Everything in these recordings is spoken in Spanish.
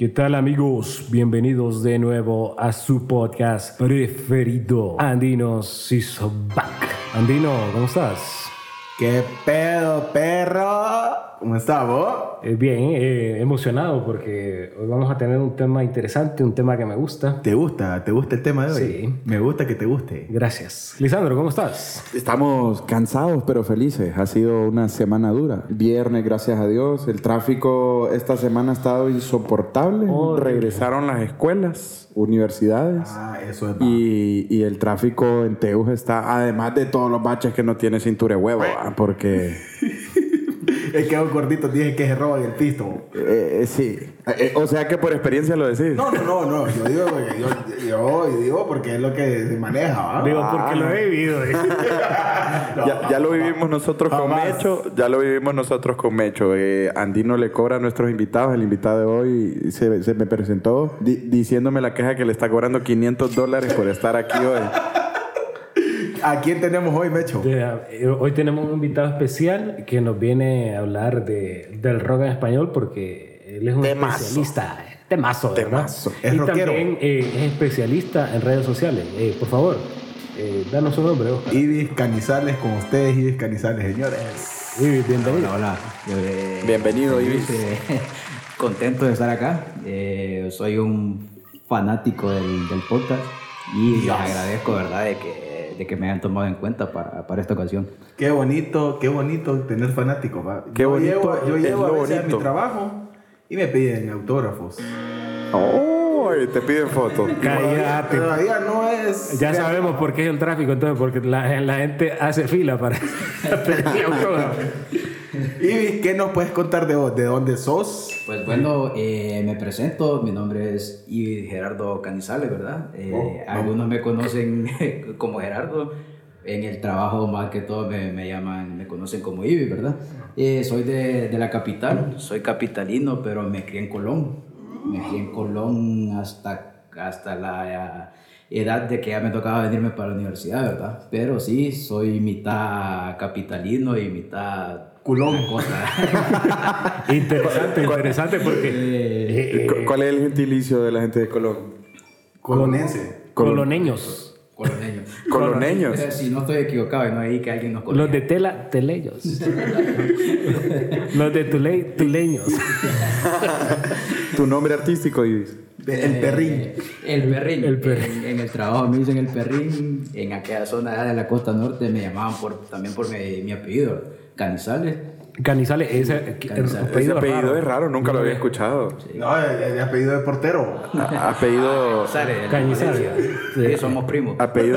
¿Qué tal, amigos? Bienvenidos de nuevo a su podcast preferido, Andinos is back. Andino, ¿cómo estás? ¿Qué pedo, perro? ¿Cómo estás, vos? Bien, emocionado porque hoy vamos a tener un tema interesante, un tema que me gusta. ¿Te gusta el tema de hoy? Sí. Me gusta que te guste. Gracias. Lisandro, ¿cómo estás? Estamos cansados pero felices. Ha sido una semana dura. Viernes, gracias a Dios. El tráfico esta semana ha estado insoportable. Regresaron las escuelas, universidades. Eso es. Y el tráfico en Teus está, además de todos los baches que no tiene cintura de huevo, porque... Es que los gorditos dije que se roban el pisto. Sí. O sea que por experiencia lo decís. No. Yo digo porque yo digo porque es lo que se maneja, ¿va? Digo, porque lo he vivido. Ya lo vivimos nosotros con Jamás. Mecho. Ya lo vivimos nosotros con Mecho. Andino le cobra a nuestros invitados. El invitado de hoy se me presentó diciéndome la queja que le está cobrando $500 por estar aquí hoy. ¿A quién tenemos hoy, Mecho? Hoy tenemos un invitado especial que nos viene a hablar del rock en español porque él es un especialista. Temazo, ¿verdad? Temazo. Es y rockero. también es especialista en redes sociales. Por favor, danos su nombre, Oscar. Ibis Canizales con ustedes, Ibis Canizales, señores. Ibis, bienvenido. Hola. Bienvenido, Ibis. Contento de estar acá. Soy un fanático del podcast y les agradezco, ¿verdad?, de que me hayan tomado en cuenta para esta ocasión. Qué bonito tener fanáticos, ¿va? Qué bonito, Yo es llevo a lo veces a mi bonito. trabajo y me piden autógrafos. ¡Oh! Te piden fotos. Cállate. Todavía no es... Ya sabemos por qué es el tráfico, entonces, porque la gente hace fila para pedir autógrafo. Ibis, ¿qué nos puedes contar de vos? ¿De dónde sos? Pues bueno, me presento. Mi nombre es Ibis Gerardo Canizales, ¿verdad? Algunos me conocen como Gerardo. En el trabajo, más que todo, me conocen como Ibis, ¿verdad? Soy de la capital. Soy capitalino, pero me crié en Colón. Me crié en Colón hasta la edad de que ya me tocaba venirme para la universidad, ¿verdad? Pero sí, soy mitad capitalino y mitad... Culón. una cosa. Interesante porque ¿Cuál es el gentilicio de la gente de Colón? Colonense. coloneños. Coloneños. Coloneños. Si no estoy equivocado y no hay que alguien nos corrija. Los de tela, teleños. Los de tuleños. ¿Tu nombre artístico, Ibis? El perrín. El perrín. El perrín. En el trabajo me dicen el perrín. En aquella zona de la costa norte me llamaban también por mi apellido, Canizales. Canizales, ese Ese apellido es raro, nunca lo había escuchado. No, el apellido de portero. Apellido Cañizales. Sí, somos primos. de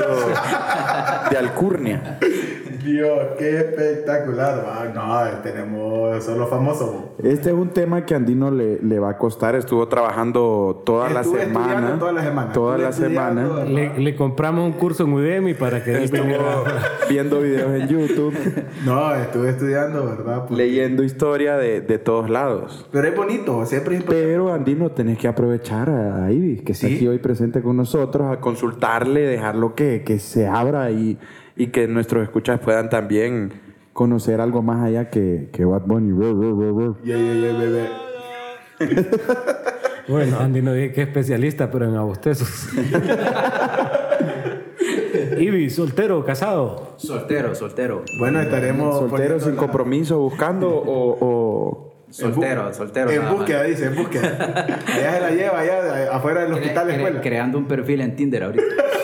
alcurnia. Dios, qué espectacular, va. No, tenemos... Son los famosos. Este es un tema que a Andino le va a costar. Estuvo trabajando toda la Estuve semana. estudiando toda la semana. Toda la Estuve estudiando, semana. Le compramos un curso en Udemy para que él Estuvo viniera. viendo videos en YouTube, No, estuve estudiando, ¿verdad? Porque- leyendo historia de todos lados. Pero es bonito, siempre es importante. Pero Andino, tenés que aprovechar a Ibis, que está Sí. aquí hoy presente con nosotros, a consultarle, dejarlo que se abra y que nuestros escuchas puedan también conocer algo más allá que Bad Bunny. Yeah, bebé. Bueno, Andy no dije que es especialista, pero en abostezos. Ibis, soltero, casado. Soltero. Bueno, estaremos... Soltero, poniendo sin la- compromiso, buscando o... Soltero. En nada más. búsqueda, dice, en búsqueda. Allá se la lleva, allá afuera del hospital de escuela. Creando un perfil en Tinder ahorita.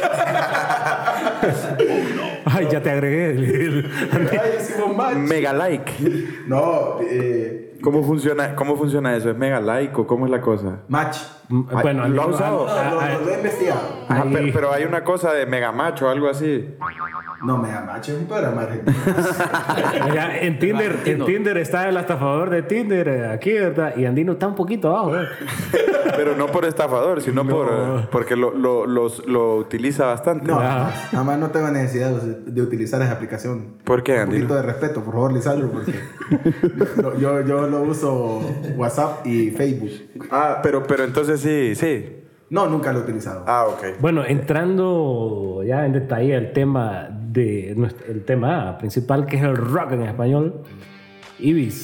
Ay, ya te agregué. Ay, hicimos match. Mega like. No, ¿Cómo funciona eso? ¿Es mega like o cómo es la cosa? match. Bueno, ¿lo ha Andino- usado? Lo he investigado. Ajá, Ahí. pero hay una cosa de mega macho o algo así. No, me da match, es un programa argentino. Allá en Tinder está el estafador de Tinder aquí, ¿verdad? Y Andino está un poquito abajo, ¿verdad? Pero no por estafador, sino porque lo utiliza bastante. No, Ah. nada más no tengo necesidad de utilizar esa aplicación. ¿Por qué, Un Andino? poquito de respeto, por favor, Lisandro, porque yo lo uso WhatsApp y Facebook. Ah, pero entonces sí. No, nunca lo he utilizado. Ah, ok. Bueno, entrando ya en detalle el tema principal, que es el rock en español. Ibis,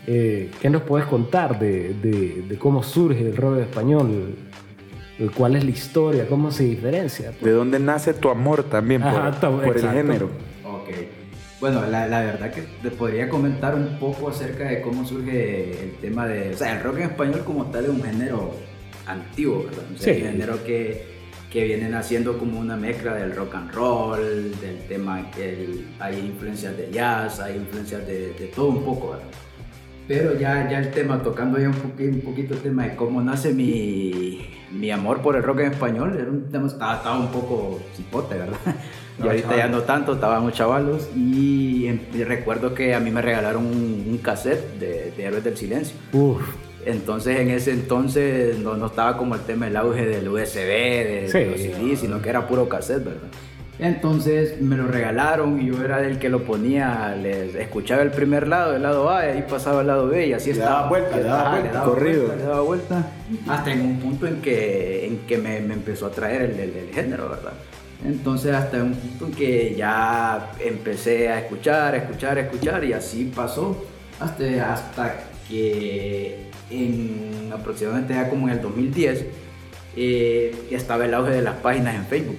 ¿Qué nos puedes contar de cómo surge el rock español? ¿Cuál es la historia? ¿Cómo se diferencia? ¿De dónde nace tu amor también por el género? Ok. Bueno, la verdad que te podría comentar un poco acerca de cómo surge el tema de... O sea, el rock en español como tal es un género antiguo, ¿verdad? O sea, Sí. Un género que vienen haciendo como una mezcla del rock and roll, del tema que hay influencias de jazz, hay influencias de todo un poco, ¿verdad? Pero ya el tema, tocando ya un poquito el tema de cómo nace mi amor por el rock en español, era un tema, estaba un poco cipote, ¿verdad? Y ahorita ya no tanto, estábamos chavalos y recuerdo que a mí me regalaron un cassette de Héroes del Silencio. Uf. Entonces en ese entonces no estaba como el tema del auge del USB, de los CDs, sino que era puro cassette, ¿verdad? Entonces me lo regalaron y yo era el que lo ponía, les escuchaba el primer lado, el lado A, y ahí pasaba el lado B y así estaba. Le daba vuelta, hasta en un punto en que me empezó a atraer el género, ¿verdad? Entonces hasta un punto en que ya empecé a escuchar y así pasó hasta que en aproximadamente ya como en el 2010 estaba el auge de las páginas en Facebook.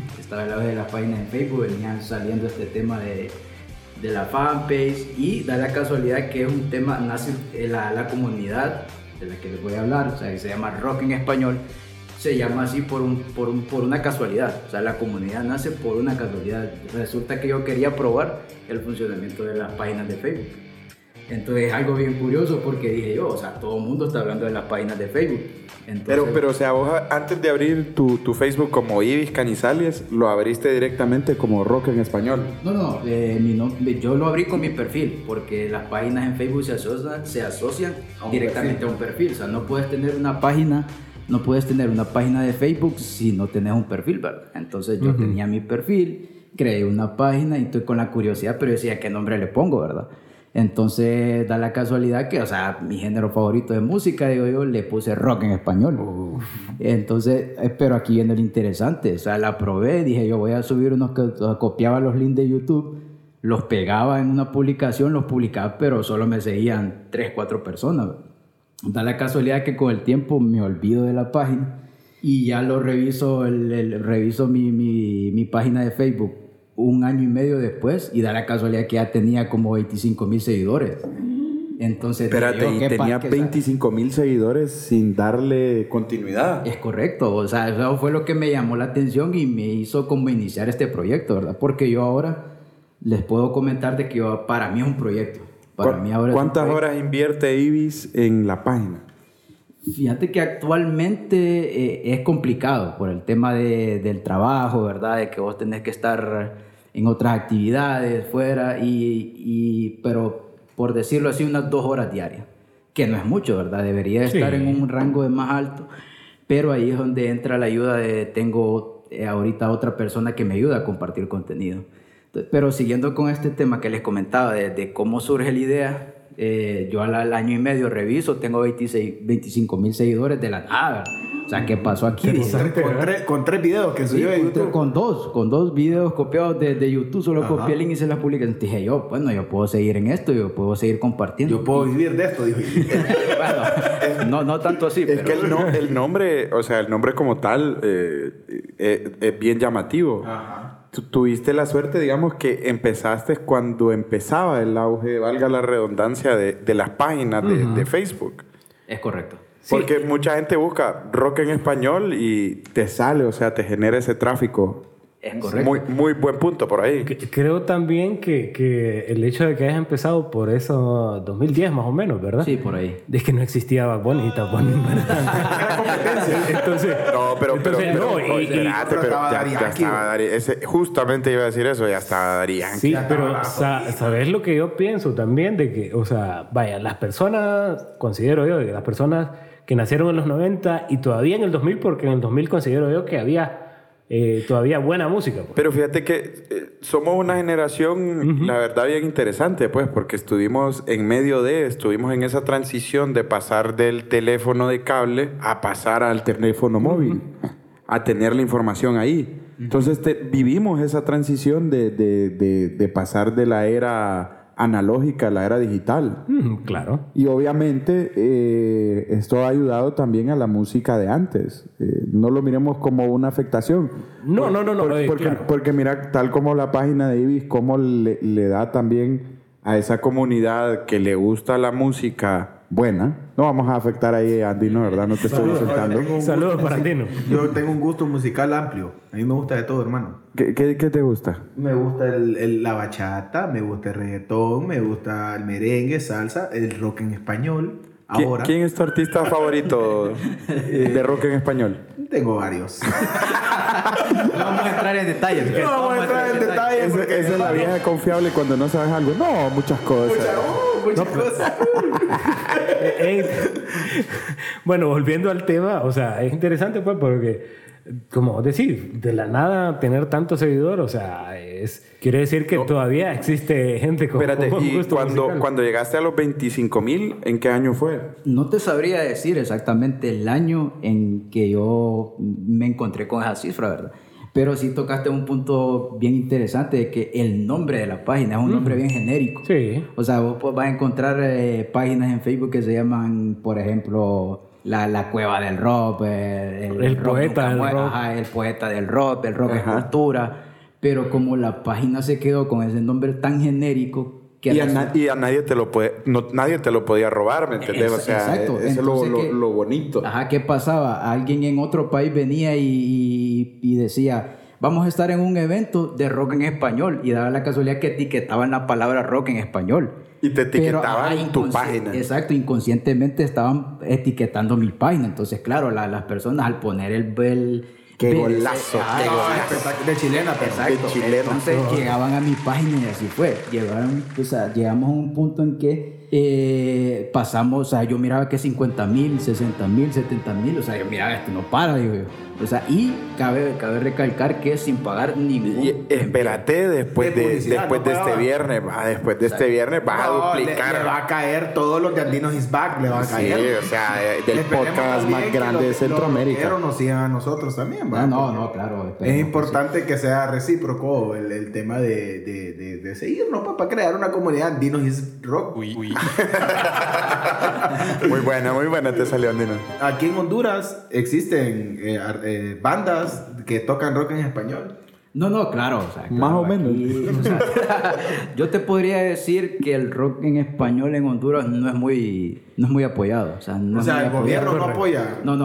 Venían saliendo este tema de la fanpage y da la casualidad que es un tema, nace la comunidad de la que les voy a hablar, o sea, que se llama Rock en Español, se llama así por una casualidad, o sea, la comunidad nace por una casualidad. Resulta que yo quería probar el funcionamiento de las páginas de Facebook. Entonces es algo bien curioso porque dije yo, o sea, todo el mundo está hablando de las páginas de Facebook. Entonces, pero o sea, vos antes de abrir tu Facebook como Ibis Canizales, lo abriste directamente como Rock en Español. No, yo lo abrí con mi perfil porque las páginas en Facebook se asocian directamente a un perfil. O sea, no puedes tener una página de Facebook si no tenés un perfil, ¿verdad? Entonces yo tenía mi perfil, creé una página y estoy con la curiosidad, pero decía qué nombre le pongo, ¿verdad? Entonces da la casualidad que, o sea, mi género favorito de música, digo yo, le puse rock en español. Entonces, pero aquí viene lo interesante, o sea, la probé, dije yo voy a subir unos que copiaba los links de YouTube, los pegaba en una publicación, los publicaba, pero solo me seguían 3-4 personas. Da la casualidad que con el tiempo me olvido de la página y ya lo reviso, reviso mi página de Facebook un año y medio después y da la casualidad que ya tenía como 25,000 seguidores. Entonces, espérate, y tenía 25,000 seguidores sin darle continuidad. Es correcto, o sea, eso fue lo que me llamó la atención y me hizo como iniciar este proyecto, ¿verdad? Porque yo ahora les puedo comentar de que para mí es un proyecto. ¿Cuántas horas invierte Ibis en la página? Fíjate que actualmente es complicado por el tema del trabajo, ¿verdad? De que vos tenés que estar en otras actividades fuera pero por decirlo así, unas 2 horas diarias, que no es mucho, ¿verdad? Debería estar en un rango de más alto, pero ahí es donde entra la ayuda tengo ahorita otra persona que me ayuda a compartir contenido. Entonces, pero siguiendo con este tema que les comentaba de cómo surge la idea, yo al año y medio reviso, tengo 25,000 seguidores de la nada. O sea, ¿qué pasó aquí? Con 3 videos que subió de YouTube. Con dos videos copiados de YouTube, solo copié el link y se las publiqué. Entonces dije yo, bueno, yo puedo seguir en esto, yo puedo seguir compartiendo. Yo puedo vivir de esto, dijo. Bueno, no tanto así. Es pero... que el nombre, o sea, el nombre como tal es bien llamativo. Ajá. Tú tuviste la suerte, digamos, que empezaste cuando empezaba el auge, valga la redundancia, de las páginas de Facebook. Es correcto. Porque mucha gente busca rock en español y te sale, o sea, te genera ese tráfico. Es correcto. Muy buen punto por ahí. Creo también que el hecho de que hayas empezado por eso 2010 más o menos, ¿verdad? Sí, por ahí. Es que no existía Bad Bunny y Bad Bunny, entonces, No, pero ya estaba Daddy. Justamente iba a decir eso, ya estaba Daddy Yankee. sí, pero ¿sabes lo que yo pienso también? De que, o sea, vaya, las personas, considero yo, las personas que nacieron en los 90 y todavía en el 2000, porque en el 2000 considero yo que había todavía buena música. Pues. Pero fíjate que somos una generación, la verdad, bien interesante, pues, porque estuvimos en esa transición de pasar del teléfono de cable a pasar al teléfono móvil, a tener la información ahí. Entonces vivimos esa transición de pasar de la era analógica, la era digital. Claro. Y obviamente esto ha ayudado también a la música de antes. No lo miremos como una afectación. No. Porque mira, tal como la página de Ibis, cómo le da también a esa comunidad que le gusta la música buena. No vamos a afectar ahí a Andino, ¿verdad? No te estoy insultando. Saludos para Andino. Yo tengo un gusto musical amplio. A mí me gusta de todo, hermano. ¿Qué te gusta? Me gusta la bachata, me gusta el reggaetón, me gusta el merengue, salsa, el rock en español. Ahora ¿Quién es tu artista favorito de rock en español? tengo varios. No vamos a entrar en detalles. No vamos a entrar en detalles. Esa es la vieja confiable cuando no sabes algo. No, muchas cosas. Muchas cosas. Bueno, volviendo al tema, o sea, es interesante pues porque, como decir, de la nada tener tanto seguidor, o sea, quiere decir que todavía existe gente con Espérate, con y gusto musical. cuando llegaste a los 25,000, ¿en qué año fue? No te sabría decir exactamente el año en que yo me encontré con esa cifra, ¿verdad? Pero sí tocaste un punto bien interesante de que el nombre de la página es un nombre bien genérico. Sí. O sea, vos pues, vas a encontrar páginas en Facebook que se llaman, por ejemplo, la Cueva del Rock, El Poeta del Rock. Ajá, el Poeta del Rock, el Rock es Cultura. Pero como la página se quedó con ese nombre tan genérico, que Y a nadie te lo nadie te lo podía robar, ¿me entendés? O sea, exacto. eso es lo bonito. Ajá, ¿qué pasaba? Alguien en otro país venía y decía, vamos a estar en un evento de rock en español, y daba la casualidad que etiquetaban la palabra rock en español. Y te etiquetaban Pero, en tu página. Exacto, inconscientemente estaban etiquetando mi página. Entonces, claro, las personas al poner ¡Qué golazo! Ajá, ¡Qué golazo! De chilena, pero. exacto. de chilena. Entonces llegaban a mi página y así fue. Llegamos a un punto en que pasamos, o sea, yo miraba que 50,000, 60,000, 70,000, o sea, yo miraba, esto no para, digo yo. O sea, y cabe recalcar que sin pagar ningún... Y espérate, después De de publicidad, después no de este pagaba. viernes, después de este viernes vas a duplicar. Le va a caer todos los de Andinos is back, le va a Sí, caer. o sea, del Esperemos podcast también más que grande de los Centroamérica. nos sigan a nosotros también, ¿va? No, claro. Es importante que sea recíproco el tema de seguirnos, pues, para crear una comunidad Andinos is rock. Muy buena te salió, Andino. Aquí en Honduras existen bandas que tocan rock en español. No, claro. O sea, claro, Más o menos. o sea, yo te podría decir que el rock en español en Honduras no es muy apoyado. O sea, no O es sea, muy el apoyado. gobierno no apoya.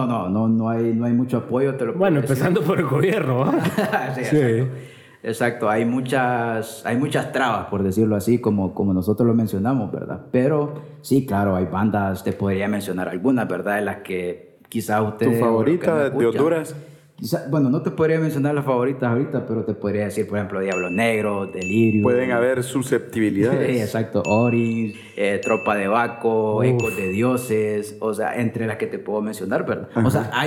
No hay mucho apoyo. Te lo Bueno, puedo decir. empezando por el gobierno, ¿va? Sí, exacto. Hay muchas trabas, por decirlo así, como nosotros lo mencionamos, ¿verdad? Pero sí, claro, hay bandas, te podría mencionar algunas, ¿verdad? De las que quizás ustedes... ¿Tu favorita que me de escuchan, Honduras? bueno, no te podría mencionar las favoritas ahorita, pero te podría decir, por ejemplo, Diablo Negro, Delirio. Pueden haber Sí, susceptibilidades. exacto. Oris, Tropa de Baco, Ecos de Dioses, o sea, entre las que te puedo mencionar, ¿verdad? O sea, hay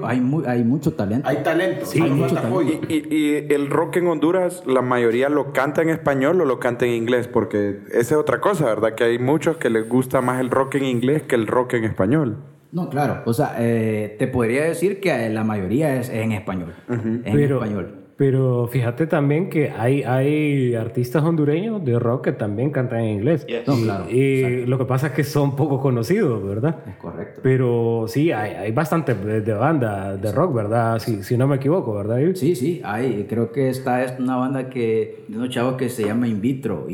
mucho talento. Hay talento, Sí, hay mucho falta apoyo. Y el rock en Honduras, la mayoría lo canta en español o lo canta en inglés, porque esa es otra cosa, ¿verdad? Que hay muchos que les gusta más el rock en inglés que el rock en español. No, claro. O sea, te podría decir que la mayoría es en español. En español. Pero fíjate también que hay artistas hondureños de rock que también cantan en inglés. No, claro. Y lo que pasa es que son poco conocidos, ¿verdad? Es correcto. Pero sí, hay bastante de banda de rock, ¿verdad? Si no me equivoco, ¿verdad? Sí, hay. Creo que esta es una banda de unos chavos que se llama In Vitro.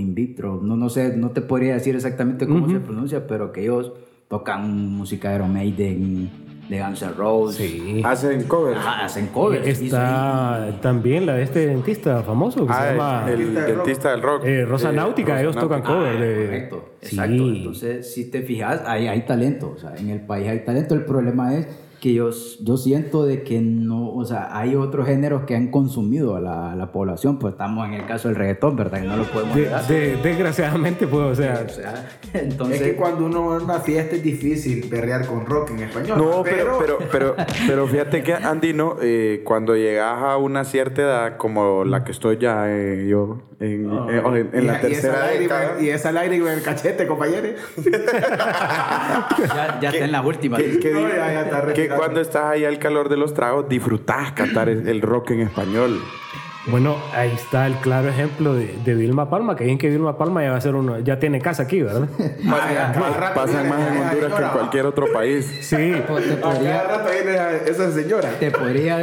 No sé, no te podría decir exactamente cómo se pronuncia, pero que ellos tocan música de Iron Maiden, de Guns N' Roses. Sí. Hacen covers. Ajá, hacen covers. Está también la de este dentista famoso que se llama el dentista del rock. Rosa Náutica. Ellos tocan cover de... Correcto, Sí. exacto. Entonces, si te fijas, hay talento. O sea, en el país hay talento. El problema es que yo siento de que no, o sea, hay otros géneros que han consumido a la población. Pues estamos en el caso del reggaetón, ¿verdad? Que no lo podemos negar. Desgraciadamente, pues, o sea... Entonces, Es que cuando uno va a una fiesta es difícil perrear con rock en español. No, pero fíjate que, Andino, cuando llegas a una cierta edad, como la que estoy ya yo, en la tercera década... Y esa lágrima en el cachete, compañero. ya está en la última. Ya está que retirado. cuando estás ahí al calor de los tragos, disfrutás cantar el rock en español. Bueno, ahí está el claro ejemplo de Vilma Palma, que bien que Vilma Palma ya va a ser ya tiene casa aquí, ¿verdad? Pasan más en Honduras que en cualquier otro país. Sí. Cada rato viene esa señora. Te podría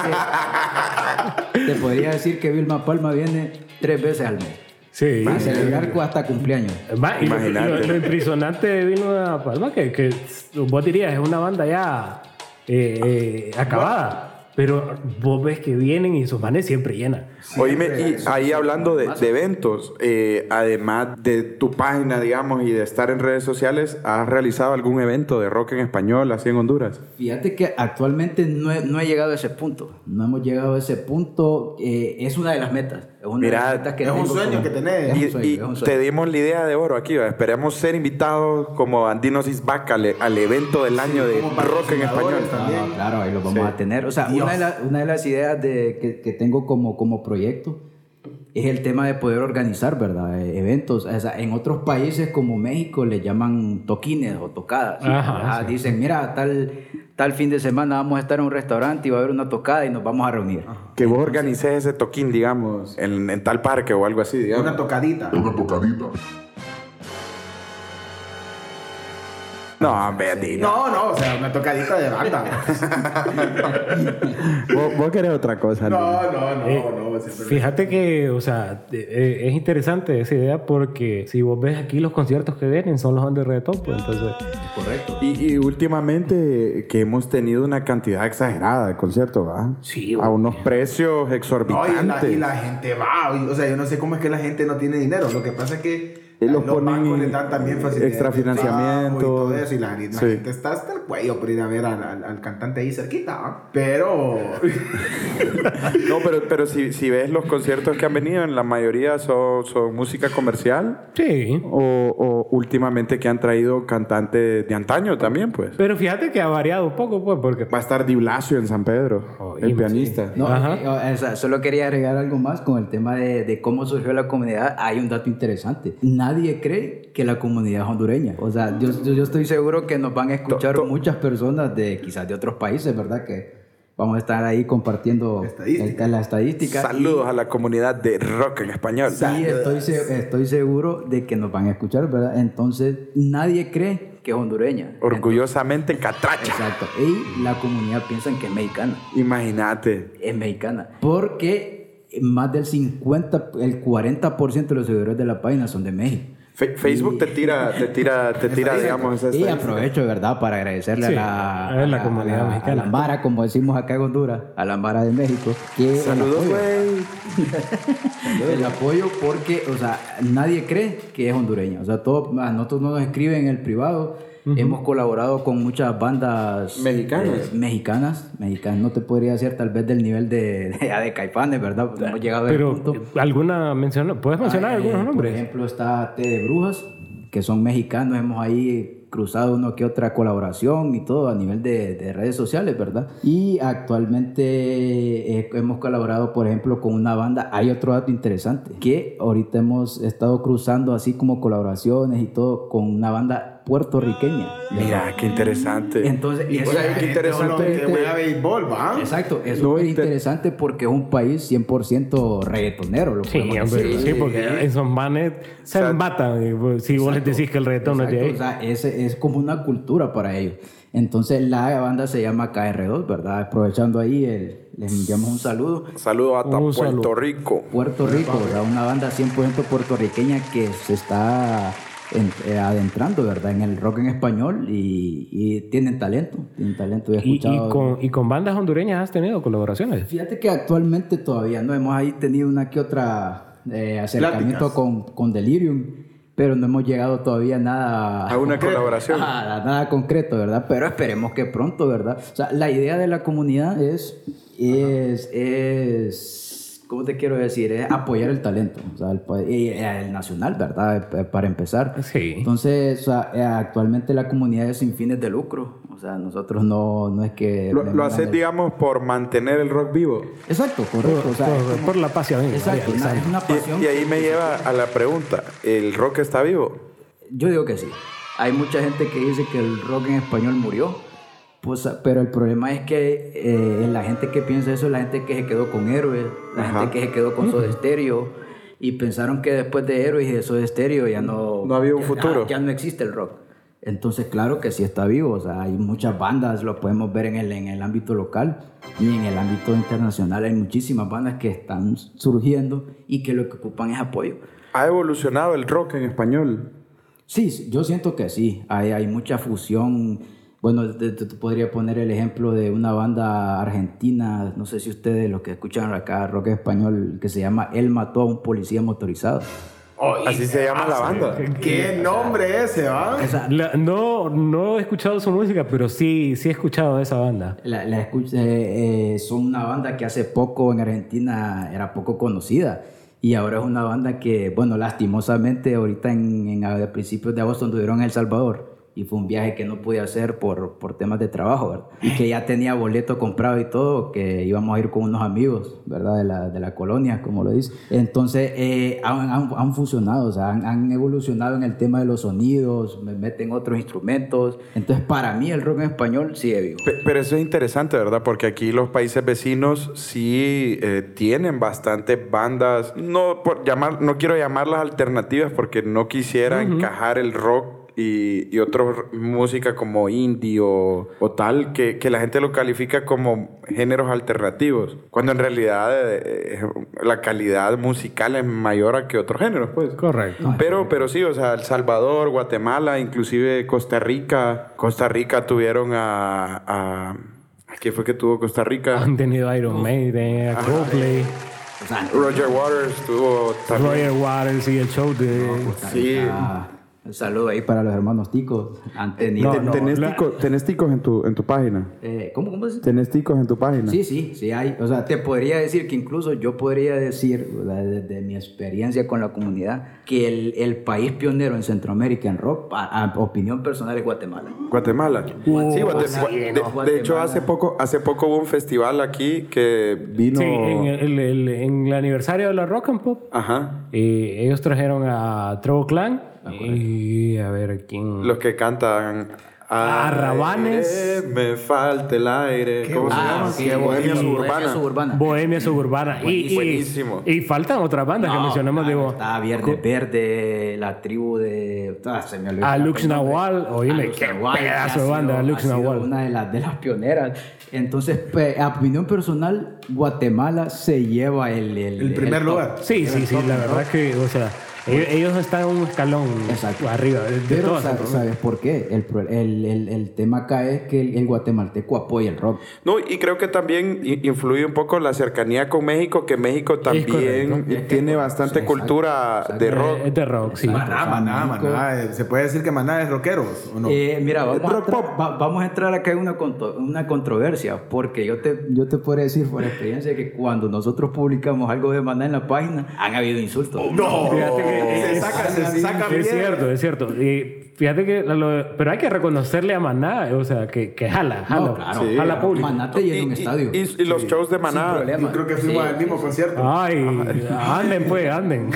decir que Vilma Palma viene 3 veces al mes. Sí. A celebrar hasta cumpleaños. Imagínate. Lo impresionante de Vilma Palma, que vos dirías, es una banda ya acabada. Pero vos ves que vienen y sus manes siempre llenan. Oíme, y ahí hablando de eventos, además de tu página, digamos, y de estar en redes sociales, ¿has realizado algún evento de rock en español así en Honduras? Fíjate que actualmente no he llegado a ese punto. No hemos llegado a ese punto. Es una de las metas. Es una de las metas que es un sueño que tenés. Y te dimos la idea de oro aquí. ¿Va? Esperemos ser invitados como Andinos is Back al evento del año de rock en español. No, claro, ahí lo vamos a tener. O sea, una de las ideas que tengo como proyecto es el tema de poder organizar, ¿verdad? Eventos. O sea, en otros países como México le llaman toquines o tocadas. Ajá, sí. Dicen, mira, tal fin de semana vamos a estar en un restaurante y va a haber una tocada y nos vamos a reunir. Que vos organices ese toquín, digamos, en tal parque o algo así, digamos. Una tocadita. No, hombre, No, o sea, una tocadita de banda. vos querés otra cosa. No. Fíjate que, o sea, es interesante esa idea porque si vos ves aquí los conciertos que vienen son los bandas de reggaetón, pues entonces... Correcto. Y últimamente que hemos tenido una cantidad exagerada de conciertos, ¿verdad? Sí, a unos precios exorbitantes. Y la gente va. O sea, yo no sé cómo es que la gente no tiene dinero. Lo que pasa es que los bancos le dan también facilidades extra financiamiento y todo eso. Y la gente está hasta el cuello por ir a ver al cantante ahí cerquita. ¿Ah? Pero... No, pero si ves los conciertos que han venido, en la mayoría son música comercial. Sí. O últimamente que han traído cantantes de antaño también, pues. Pero fíjate que ha variado un poco, pues, porque... Va a estar Di Blasio en San Pedro, el pianista. No, o sea, solo quería agregar algo más con el tema de cómo surgió la comunidad. Hay un dato interesante. Nadie cree que la comunidad es hondureña. O sea, yo estoy seguro que nos van a escuchar muchas personas quizás de otros países, ¿verdad? Que vamos a estar ahí compartiendo la estadística. Saludos a la comunidad de rock en español. Sí, estoy seguro de que nos van a escuchar, ¿verdad? Entonces, nadie cree que es hondureña. Orgullosamente catracha. Exacto. Y la comunidad piensa que es mexicana. Imagínate. Es mexicana. Porque más del el 40% de los seguidores de la página son de México. Facebook te tira, digamos, esa Y aprovecho, ¿verdad?, para agradecerle a la comunidad mexicana. A la Mara, como decimos acá en Honduras, a la Mara de México. Saludos, güey. El apoyo porque, o sea, nadie cree que es hondureña. O sea, a nosotros nos escriben en el privado. Hemos colaborado con muchas bandas mexicanas. No te podría decir tal vez del nivel de Caifanes, ¿verdad? Hemos llegado Pero, al punto. ¿puedes mencionar algunos nombres? Por ejemplo, está Té de Brujas, que son mexicanos. Hemos ahí cruzado una que otra colaboración y todo a nivel de redes sociales, ¿verdad? Y actualmente hemos colaborado, por ejemplo, con una banda. Hay otro dato interesante, que ahorita hemos estado cruzando así como colaboraciones y todo con una banda puertorriqueña. Mira, qué interesante. Entonces, qué interesante. Que juega béisbol, ¿va? Exacto, es súper interesante porque es un país 100% reggaetonero. Sí, porque esos manes se matan si vos les decís que el reggaetón no es de ahí. O sea, es como una cultura para ellos. Entonces la banda se llama KR2, ¿verdad? Aprovechando ahí, les enviamos un saludo. Saludo hasta Puerto Rico. Puerto Rico, ¿verdad? Una banda 100% puertorriqueña que se está adentrando, ¿verdad?, en el rock en español y tienen talento. He escuchado... ¿Y con bandas hondureñas has tenido colaboraciones? Fíjate que actualmente todavía no hemos ahí tenido una que otra acercamiento con Delirium, pero no hemos llegado todavía a una colaboración. Nada concreto, ¿verdad? Pero esperemos que pronto, ¿verdad? O sea, la idea de la comunidad es ¿cómo te quiero decir? Es apoyar el talento, o sea, el nacional, ¿verdad? Para empezar. Sí. Entonces, o sea, actualmente la comunidad es sin fines de lucro. O sea, nosotros no es que... Lo haces, digamos, por mantener el rock vivo. Exacto, correcto. Por la pasión. Exacto, es una pasión. Y ahí me lleva a la pregunta, ¿el rock está vivo? Yo digo que sí. Hay mucha gente que dice que el rock en español murió Pues, pero el problema es que la gente que piensa eso es la gente que se quedó con Héroes, la gente que se quedó con Soda Stereo, y pensaron que después de Héroes y de Soda Stereo ya no había un futuro. Ya no existe el rock. Entonces, claro que sí está vivo. O sea, hay muchas bandas, lo podemos ver en el ámbito local y en el ámbito internacional. Hay muchísimas bandas que están surgiendo y que lo que ocupan es apoyo. ¿Ha evolucionado el rock en español? Sí, yo siento que sí. Hay mucha fusión. Bueno, te podría poner el ejemplo de una banda argentina, no sé si ustedes, los que escuchan acá rock español, que se llama Él mató a un policía motorizado. Así se llama la banda. ¿Qué nombre ese, va? No he escuchado su música, pero sí he escuchado de esa banda. Son una banda que hace poco en Argentina era poco conocida. Y ahora es una banda que, bueno, lastimosamente ahorita a principios de agosto anduvieron en El Salvador. Y fue un viaje que no pude hacer por temas de trabajo, ¿verdad? Y que ya tenía boleto comprado y todo, que íbamos a ir con unos amigos, ¿verdad? De la colonia, como lo dice. Entonces, han fusionado, o sea, han evolucionado en el tema de los sonidos, meten otros instrumentos. Entonces, para mí, el rock en español sigue vivo. Pero eso es interesante, ¿verdad? Porque aquí los países vecinos sí tienen bastantes bandas. No quiero llamarlas alternativas porque no quisiera encajar el rock y otra música como indie o tal, que la gente lo califica como géneros alternativos, cuando en realidad la calidad musical es mayor a que otros géneros, pues. Correcto. Pero sí, o sea, El Salvador, Guatemala, inclusive Costa Rica tuvieron ¿qué fue que tuvo Costa Rica? Han tenido Iron Maiden, Coldplay. O sea, Roger Waters tuvo también. Roger Waters y el show de... Sí. Un saludo ahí para los hermanos ticos. ¿Tenés ticos en tu página? ¿Cómo dices? ¿Tenés ticos en tu página? Sí hay. O sea, te podría decir que incluso yo podría decir, desde mi experiencia con la comunidad, que el país pionero en Centroamérica en rock, a opinión personal, es Guatemala. Guatemala. Sí, de hecho, hace poco hubo un festival aquí que vino... Sí, en el aniversario de la Rock and Pop. Ajá. Ellos trajeron a Trevo Clan. Y a ver quién. Los que cantan. Rabanes. Me falta el aire. ¿Cómo se llama? Sí, Bohemia Suburbana. Bohemia Suburbana. Buenísimo. Y faltan otras bandas que mencionamos. Está Viernes Verde, la tribu de. Se me olvidó. A Lux Nahual. Oíme, qué pedazo de banda, Lux Nahual. Una de las pioneras. Entonces, a opinión personal, Guatemala se lleva el primer lugar. Sí, la verdad que, o sea. Ellos están un escalón arriba de pero todas. ¿sabes por qué? El tema acá es que el guatemalteco apoya el rock. No, y creo que también influye un poco la cercanía con México, que México también tiene bastante cultura de rock. Es de rock, sí. Maná. ¿Se puede decir que Maná es rockeros o no? Mira, vamos a entrar acá en una controversia, porque yo te puedo decir por experiencia que cuando nosotros publicamos algo de Maná en la página, han habido insultos. ¡No! Fíjate que se saca bien. Es cierto. Y fíjate que pero hay que reconocerle a Maná, o sea, que jala público. Maná te llena un estadio. Y los shows de Maná. Yo creo que fuimos al mismo concierto. Ay, anden.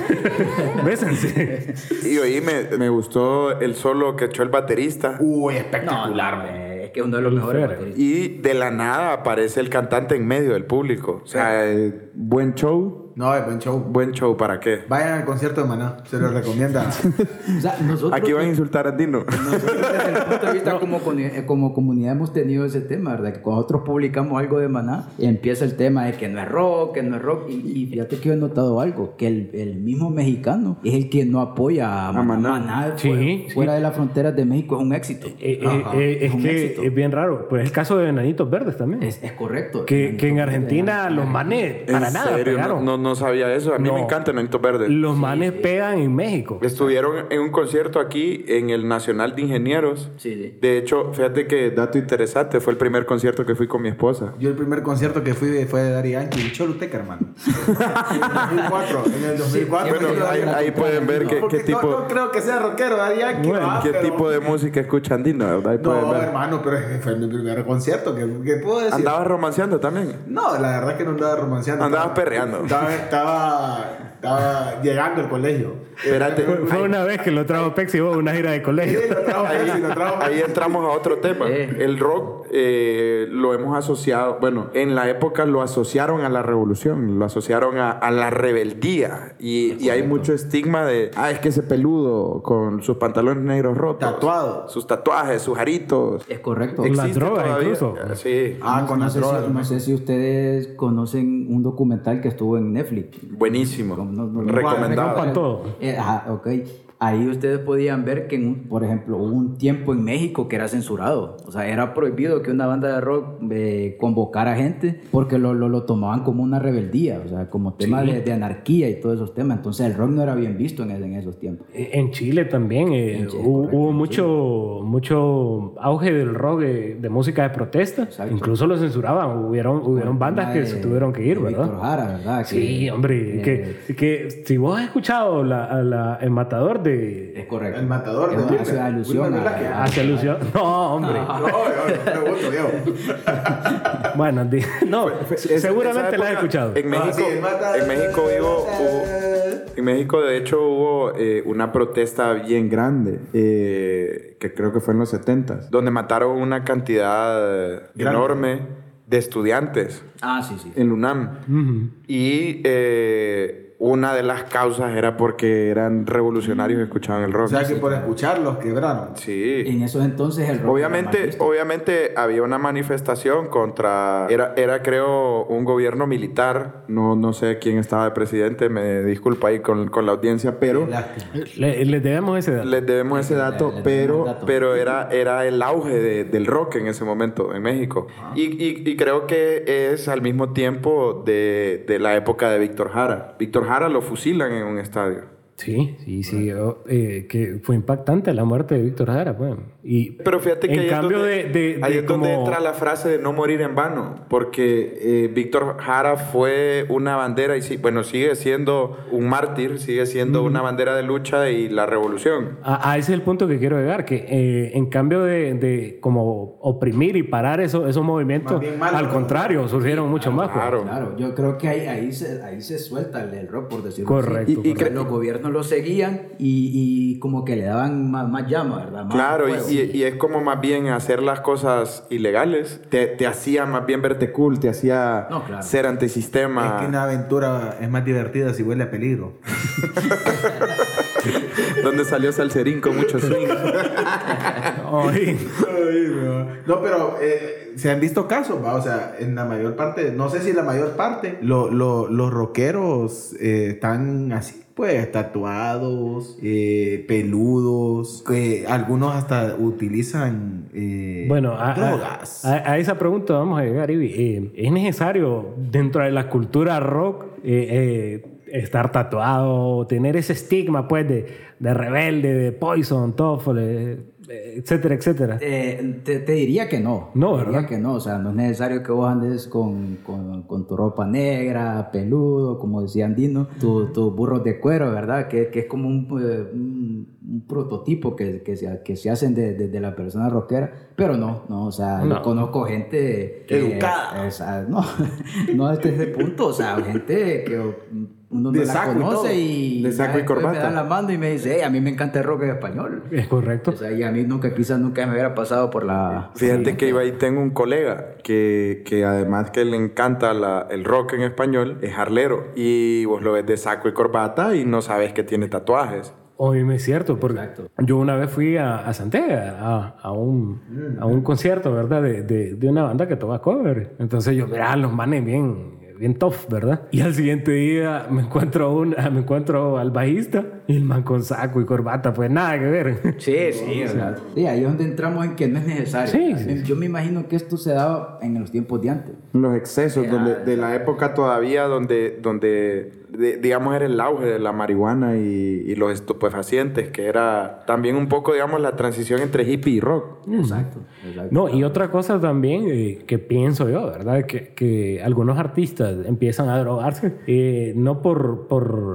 Bésense. Y oí, me gustó el solo que echó el baterista. Espectacular. Es que es uno de los mejores bateristas. Y de la nada aparece el cantante en medio del público. O sea, buen show. No, es buen show. Buen show, ¿para qué? Vayan al concierto de Maná, se lo recomienda. O sea, aquí van a insultar a Dino. Nosotros desde el punto de vista como comunidad hemos tenido ese tema, ¿verdad? Que cuando nosotros publicamos algo de Maná, empieza el tema de que no es rock, y fíjate que yo he notado algo, que el mismo mexicano es el que no apoya a Maná. Maná fuera de las fronteras de México es un éxito. Es bien raro. Pues el caso de Enanitos Verdes también. Es correcto. Que en Argentina los manes para nada pegaron. No sabía eso. A mí me encantan Enanitos Verdes. Los manes pegan en México. Estuvieron en un concierto aquí en el Nacional de Ingenieros. Sí. De hecho, fíjate que dato interesante, fue el primer concierto que fui con mi esposa. Yo el primer concierto que fui fue de Daddy Yankee y Choluteca, hermano. En el 2004. Bueno, ahí pueden ver qué tipo... No creo que sea rockero Daddy Yankee. ¿Qué tipo de música escuchan, Dino? Ahí pueden ver. Hermano, pero fue mi primer concierto. ¿Qué puedo decir? ¿Andabas romanceando también? No, la verdad es que no andaba romanceando. Andabas perreando. Estaba Estaba llegando al colegio. Espérate. Fue una vez que lo trajo Pexi vos, una gira de colegio. Sí, lo trajo Pepsi, lo trajo Pepsi. Ahí entramos a otro tema. El rock lo hemos asociado, bueno, en la época lo asociaron a la revolución, lo asociaron a la rebeldía. Y hay mucho estigma de, es que ese peludo con sus pantalones negros rotos. Tatuado. Sus tatuajes, sus aritos. Es correcto. Las Existe drogas todavía. incluso. Sí, Con las drogas. No sé si ustedes conocen un documental que estuvo en Netflix. buenísimo. No, Recomendado. Para todo. Ok. Ahí ustedes podían ver que, por ejemplo, hubo un tiempo en México que era censurado. O sea, era prohibido que una banda de rock convocara gente porque lo tomaban como una rebeldía, o sea, como tema de anarquía y todos esos temas. Entonces el rock no era bien visto en esos tiempos. En Chile también hubo mucho auge del rock de música de protesta. Exacto. Incluso lo censuraban. Hubieron bandas que se tuvieron que ir, ¿verdad? Víctor Jara, ¿verdad? Sí, hombre. Que si vos has escuchado el Matador de... Es correcto. El Matador de Hace alusión Hace alusión... No, hombre. No, me gusta, Diego. Bueno, seguramente la has escuchado. En México, sí, el Matador. En México, de hecho, hubo una protesta bien grande, que creo que fue en los 70s, donde mataron una cantidad enorme de estudiantes Sí. en la UNAM. Ujú. Y una de las causas era porque eran revolucionarios y escuchaban el rock. O sea que por escucharlos quebraron. Sí. En esos entonces el rock era mal visto. Obviamente había una manifestación contra... Era creo, un gobierno militar. No sé quién estaba de presidente. Me disculpa ahí con la audiencia, pero... Les debemos ese dato. Les debemos ese dato, le pero, debemos dato. pero era el auge del rock en ese momento en México. Y creo que es al mismo tiempo de la época de Víctor Jara. Víctor Jara lo fusilan en un estadio. Sí. Que fue impactante la muerte de Víctor Jara, pues. Pero fíjate que en ahí cambio ahí es donde entra la frase de no morir en vano, porque Víctor Jara fue una bandera y sigue siendo un mártir, sigue siendo una bandera de lucha y la revolución. A ese es el punto que quiero llegar, que en cambio de como oprimir y parar esos movimientos, Más bien malo, al contrario, surgieron mucho más. Pues. Claro, yo creo que ahí se suelta el rock, por decirlo Correcto. así. Y los gobiernos lo seguían y como que le daban más llama, ¿verdad? Más Claro, fuego. y es como más bien hacer las cosas ilegales. Te hacía más bien verte cool, te hacía ser antisistema. Es que una aventura es más divertida si huele a peligro. Donde salió Salserín con mucho swing. Ay, No, pero se han visto casos, ¿va? O sea, en la mayor parte, no sé si la mayor parte, los rockeros están así, pues, tatuados, peludos, que algunos hasta utilizan bueno, drogas. a esa pregunta vamos a llegar, Ivy. ¿Es necesario dentro de la cultura rock estar tatuado, tener ese estigma, pues, de rebelde, de Poison, Toffle, etcétera, etcétera? Te diría que no. No, Te diría ¿verdad? que no. O sea, no es necesario que vos andes con tu ropa negra, peludo, como decía Andino, tus burros de cuero, ¿verdad? Que es como un prototipo que se hacen de la persona rockera. Pero no. O sea, No. yo conozco gente Educada. No hasta ese punto. O sea, gente que uno no De la saco y conoce todo. y De saco y después corbata. me dan la mano y me dice, hey, a mí me encanta el rock en español. Es correcto. O sea, y a mí quizás nunca me hubiera pasado por la... Fíjate que ahí tengo un colega que además que le encanta el rock en español, es harlero. Y vos lo ves de saco y corbata y no sabes que tiene tatuajes. Oye, es cierto, porque Exacto. yo una vez fui a Santiago a un concierto, ¿verdad? De una banda que toca cover. Entonces yo, mirá, los manes bien tough, ¿verdad? Y al siguiente día me encuentro al bajista y el man con saco y corbata, pues nada que ver. Sí, o sea, sí, ahí es donde entramos en que no es necesario. Sí, O sea, sí. Yo me imagino que esto se daba en los tiempos de antes. Los excesos de la época todavía donde digamos, era el auge de la marihuana y los estupefacientes, que era también un poco, digamos, la transición entre hippie y rock. Exacto. No, y otra cosa también que pienso yo, ¿verdad? Que algunos artistas empiezan a drogarse, no por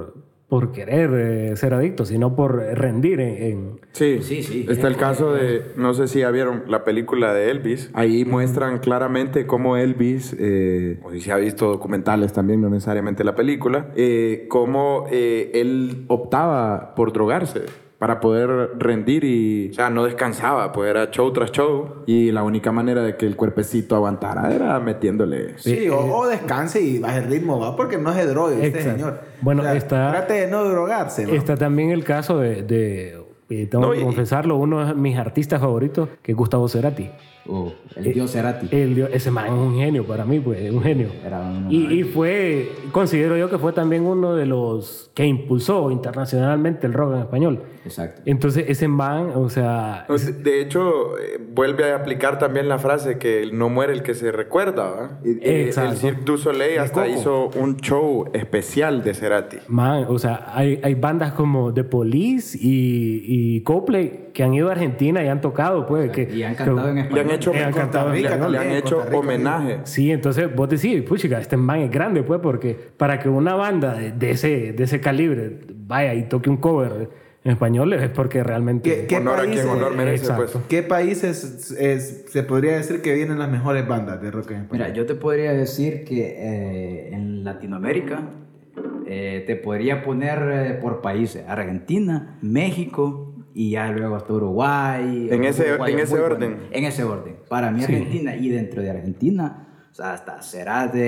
por querer ser adicto, sino por rendir en... Sí, Sí. Está el caso de, no sé si ya vieron la película de Elvis. Ahí muestran claramente cómo Elvis, o si se ha visto documentales también, no necesariamente la película, cómo él optaba por drogarse para poder rendir y, o sea, no descansaba, pues era show tras show. Y la única manera de que el cuerpecito aguantara era metiéndole. Sí, o descanse y baje el ritmo, va, porque no es de droga este Exacto. señor. Bueno, O sea, está... trate de no drogarse, ¿va? Está también el caso de tengo que confesarlo, uno de mis artistas favoritos, que es Gustavo Cerati. El dios Cerati. Ese man es un genio para mí, pues, un genio. Era uno Y fue, considero yo que fue también uno de los que impulsó internacionalmente el rock en español. Exacto. Entonces, ese man, o sea... De hecho, vuelve a aplicar también la frase que no muere el que se recuerda, ¿va? Exacto. El Cirque du Soleil hasta hizo un show especial de Cerati. Man, o sea, hay bandas como The Police y Coldplay que han ido a Argentina y han tocado, pues. Y han cantado en español. Le han hecho homenaje. Sí, entonces vos decís, puchica, este man es grande, pues, porque para que una banda de ese calibre vaya y toque un cover en español es porque realmente... ¿Qué honor a países, quien honor merece, exacto. pues. ¿Qué países se podría decir que vienen las mejores bandas de rock en español? Mira, yo te podría decir que en Latinoamérica te podría poner por países: Argentina, México y ya luego hasta Uruguay. En ese Uruguay es muy orden. bueno. En ese orden. Para mí Argentina, y dentro de Argentina, o sea, hasta Cerati,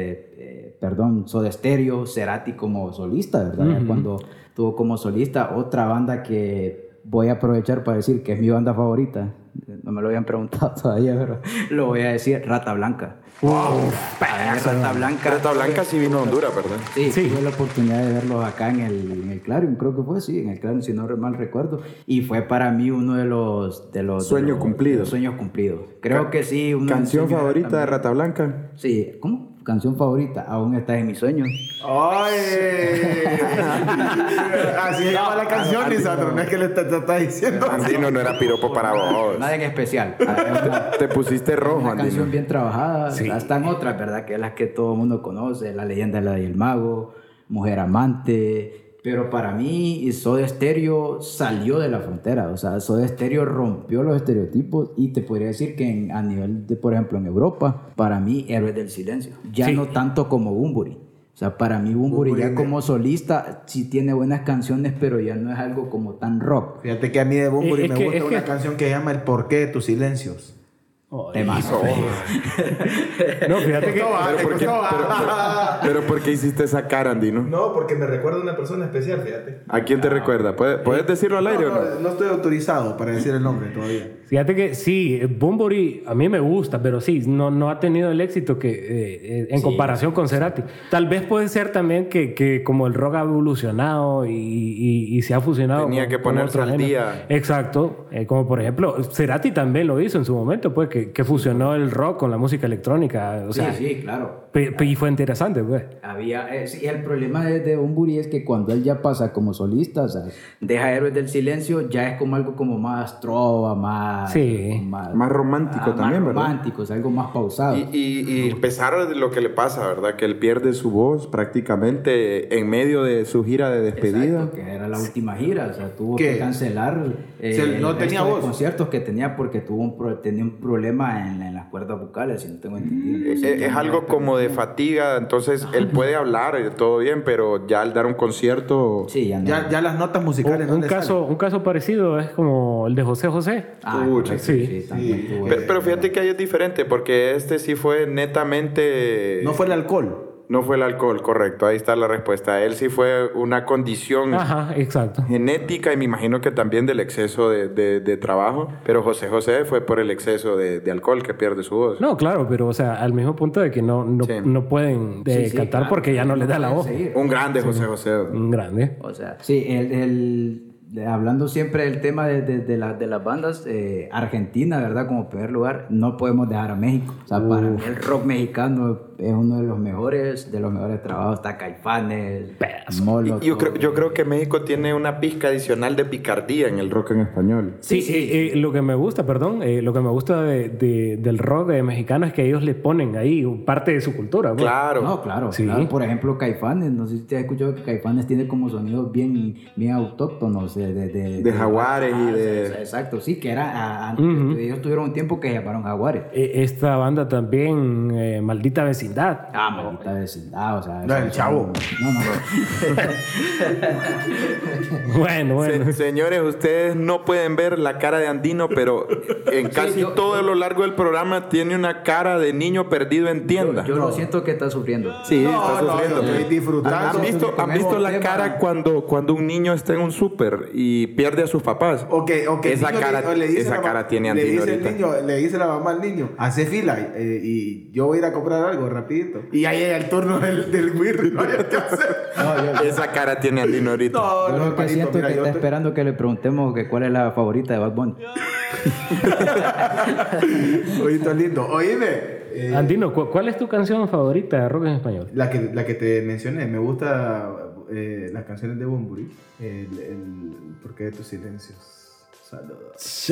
Soda Stereo, Cerati como solista, ¿verdad? Cuando tuvo como solista otra banda que voy a aprovechar para decir que es mi banda favorita. No me lo habían preguntado todavía, pero lo voy a decir: Rata Blanca. Rata Blanca. Rata Blanca sí vino a Honduras, ¿verdad? Sí, tuve la oportunidad de verlos acá en el Clarion, creo que fue, sí, en el Clarion, si no mal recuerdo. Y fue para mí uno de los Sueños cumplidos. Sueños cumplidos. Creo que sí. ¿Canción favorita de Rata Blanca? Sí, ¿cómo? Canción favorita: Aún estás en mis sueños. ¡Ay! Así se llama la canción, Lisandro. No es que le estás diciendo. Andino, no era piropo para vos. Nada en especial. Te pusiste rojo, Una Andino. canción bien trabajada. Están otras, ¿verdad? Que es las que todo el mundo conoce: La leyenda de la y el mago, Mujer amante. Pero para mí, Soda Stereo salió de la frontera. O sea, Soda Stereo rompió los estereotipos. Y te podría decir que a nivel de, por ejemplo, en Europa, para mí, Héroes del Silencio. Ya no tanto como Bunbury. O sea, para mí Bunbury ya como solista sí tiene buenas canciones, pero ya no es algo como tan rock. Fíjate que a mí de Bunbury Es me que- gusta es una que- canción que se llama El porqué de tus silencios. Temazo. No, fíjate que... Pero ¿por qué hiciste esa cara, Andino? No, porque me recuerda a una persona especial, fíjate. ¿A quién te recuerda? ¿Puedes decirlo al aire o no? No estoy autorizado para decir el nombre todavía. Fíjate que sí, Bunbury a mí me gusta, pero sí, no ha tenido el éxito que en comparación con Cerati. Tal vez puede ser también que como el rock ha evolucionado y se ha fusionado. Tenía que ponerse otros al géneros. día. Exacto. Como por ejemplo, Cerati también lo hizo en su momento, pues, que fusionó el rock con la música electrónica. O sea, sí, claro. y fue interesante, pues. Sí, el problema de Bunbury es que cuando él ya pasa como solista, o sea, deja Héroes del Silencio, ya es como algo como más trova, más... Sí. Más romántico también, más ¿verdad? romántico, es algo más pausado. Y pesar de lo que le pasa, ¿verdad? Que él pierde su voz prácticamente en medio de su gira de despedida. Exacto, que era la última gira, o sea, tuvo ¿Qué? que cancelar No el tenía resto de voz. conciertos que tenía porque tenía un problema en las cuerdas vocales, si no tengo entendido. Entonces, Es algo como de fatiga, entonces él puede hablar y todo bien, pero ya al dar un concierto... Sí, ya no. Ya las notas musicales no Un le caso parecido es como el de José José. Correcto, sí. también tuvo Pero fíjate que ahí es diferente, porque este sí fue netamente... salen. No fue el alcohol. No fue el alcohol, correcto, ahí está la respuesta. Él sí fue una condición Ajá, exacto. genética y me imagino que también del exceso de trabajo, pero José José fue por el exceso de alcohol que pierde su voz. No, claro, pero o sea, al mismo punto de que no pueden Sí, cantar claro, porque ya no les da la pueden voz. seguir. Un grande José José. Un grande. O sea, sí, hablando siempre del tema de las bandas, Argentina, ¿verdad? Como primer lugar, no podemos dejar a México. O sea, para mí el rock mexicano es uno de los mejores trabajos. Está Caifanes, Molotov. Yo creo que México tiene una pizca adicional de picardía en el rock en español. Sí, lo que me gusta, lo que me gusta del rock mexicano es que ellos le ponen ahí parte de su cultura. Pues. Claro. No, claro, sí. claro. Por ejemplo, Caifanes, no sé si te has escuchado que Caifanes tiene como sonidos bien autóctonos de jaguares y de... Exacto, sí, que era antes, ellos tuvieron un tiempo que llamaron jaguares. Esta banda también, Maldita Vecindad. Maldita Vecindad, o sea... No, el Chavo. No. Bueno. Señores, ustedes no pueden ver la cara de Andino, pero en casi todo a lo largo del programa tiene una cara de niño perdido en tienda. Yo lo siento que está sufriendo. Sí, está sufriendo. Estoy disfrutando. ¿Han visto la cara cuando un niño está en un súper y pierde a sus papás? Okay, esa cara tiene Andino ahorita. Le dice la mamá al niño, hace fila y yo voy a ir a comprar algo rapidito. Y ahí llega el turno del Wirri, no hay qué hacer. Esa cara tiene Andino ahorita. Yo lo que siento es que está esperando que le preguntemos que cuál es la favorita de Bad Bunny. Oíste lindo. Oíme. Andino, ¿cuál es tu canción favorita de rock en español? La que te mencioné. Me gusta las canciones de Bunbury. ¿Por qué de tus silencios? Saludos.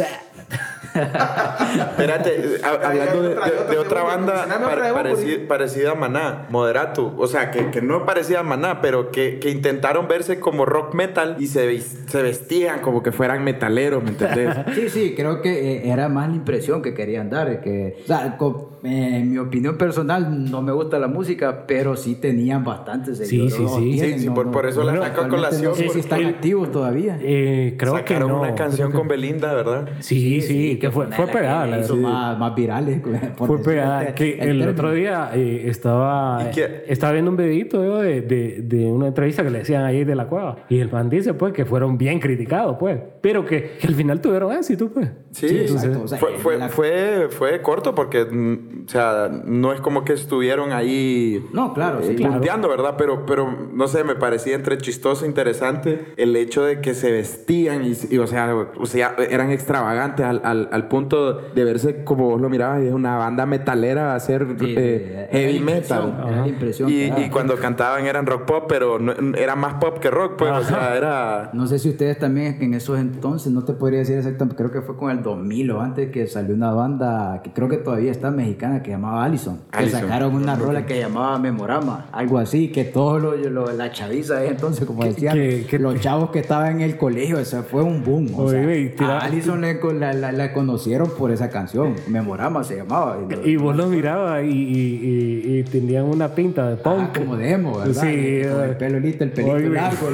Espérate, hablando de otra banda parecida a Maná, Moderato. O sea, que no parecida a Maná, pero que intentaron verse como rock metal y se vestían como que fueran metaleros, ¿me entendés? Sí, creo que era más la impresión que querían dar. O sea, en mi opinión personal, no me gusta la música, pero sí tenían bastantes seguidores. Sí, por eso la saco a colación. No sé si están activos todavía. Creo Sacaron que no. una canción con Belinda, ¿verdad? Sí, que fue pegada. La hizo más virales. Fue pegada. Que el otro día estaba viendo un videito de una entrevista que le decían ahí de la Cueva. Y el man dice, pues, que fueron bien criticados, pues. Pero que al final tuvieron éxito, pues. Sí, exacto. O sea, fue corto porque, o sea, no es como que estuvieron ahí... No, claro, sí. Punteando, ¿verdad? Pero, no sé, me parecía entre chistoso e interesante el hecho de que se vestían y o sea, eran extravagantes al punto de verse como vos lo mirabas y es una banda metalera a hacer heavy metal. Y cuando cantaban eran rock pop, pero no, era más pop que rock, pues. O sea, era... No sé si ustedes también en esos entonces, no te podría decir exactamente, creo que fue con el 2000 o antes que salió una banda que creo que todavía está mexicana que llamaba Allison. Que sacaron una rola que llamaba Memorama, algo así, que todos la chaviza entonces, como decían, los chavos que estaban en el colegio, eso fue un boom. O sea, a Allison la conocieron por esa canción, Memorama se llamaba. Y vos los mirabas y tenían una pinta de punk. Como demo, ¿verdad? Sí. Con el pelito largo.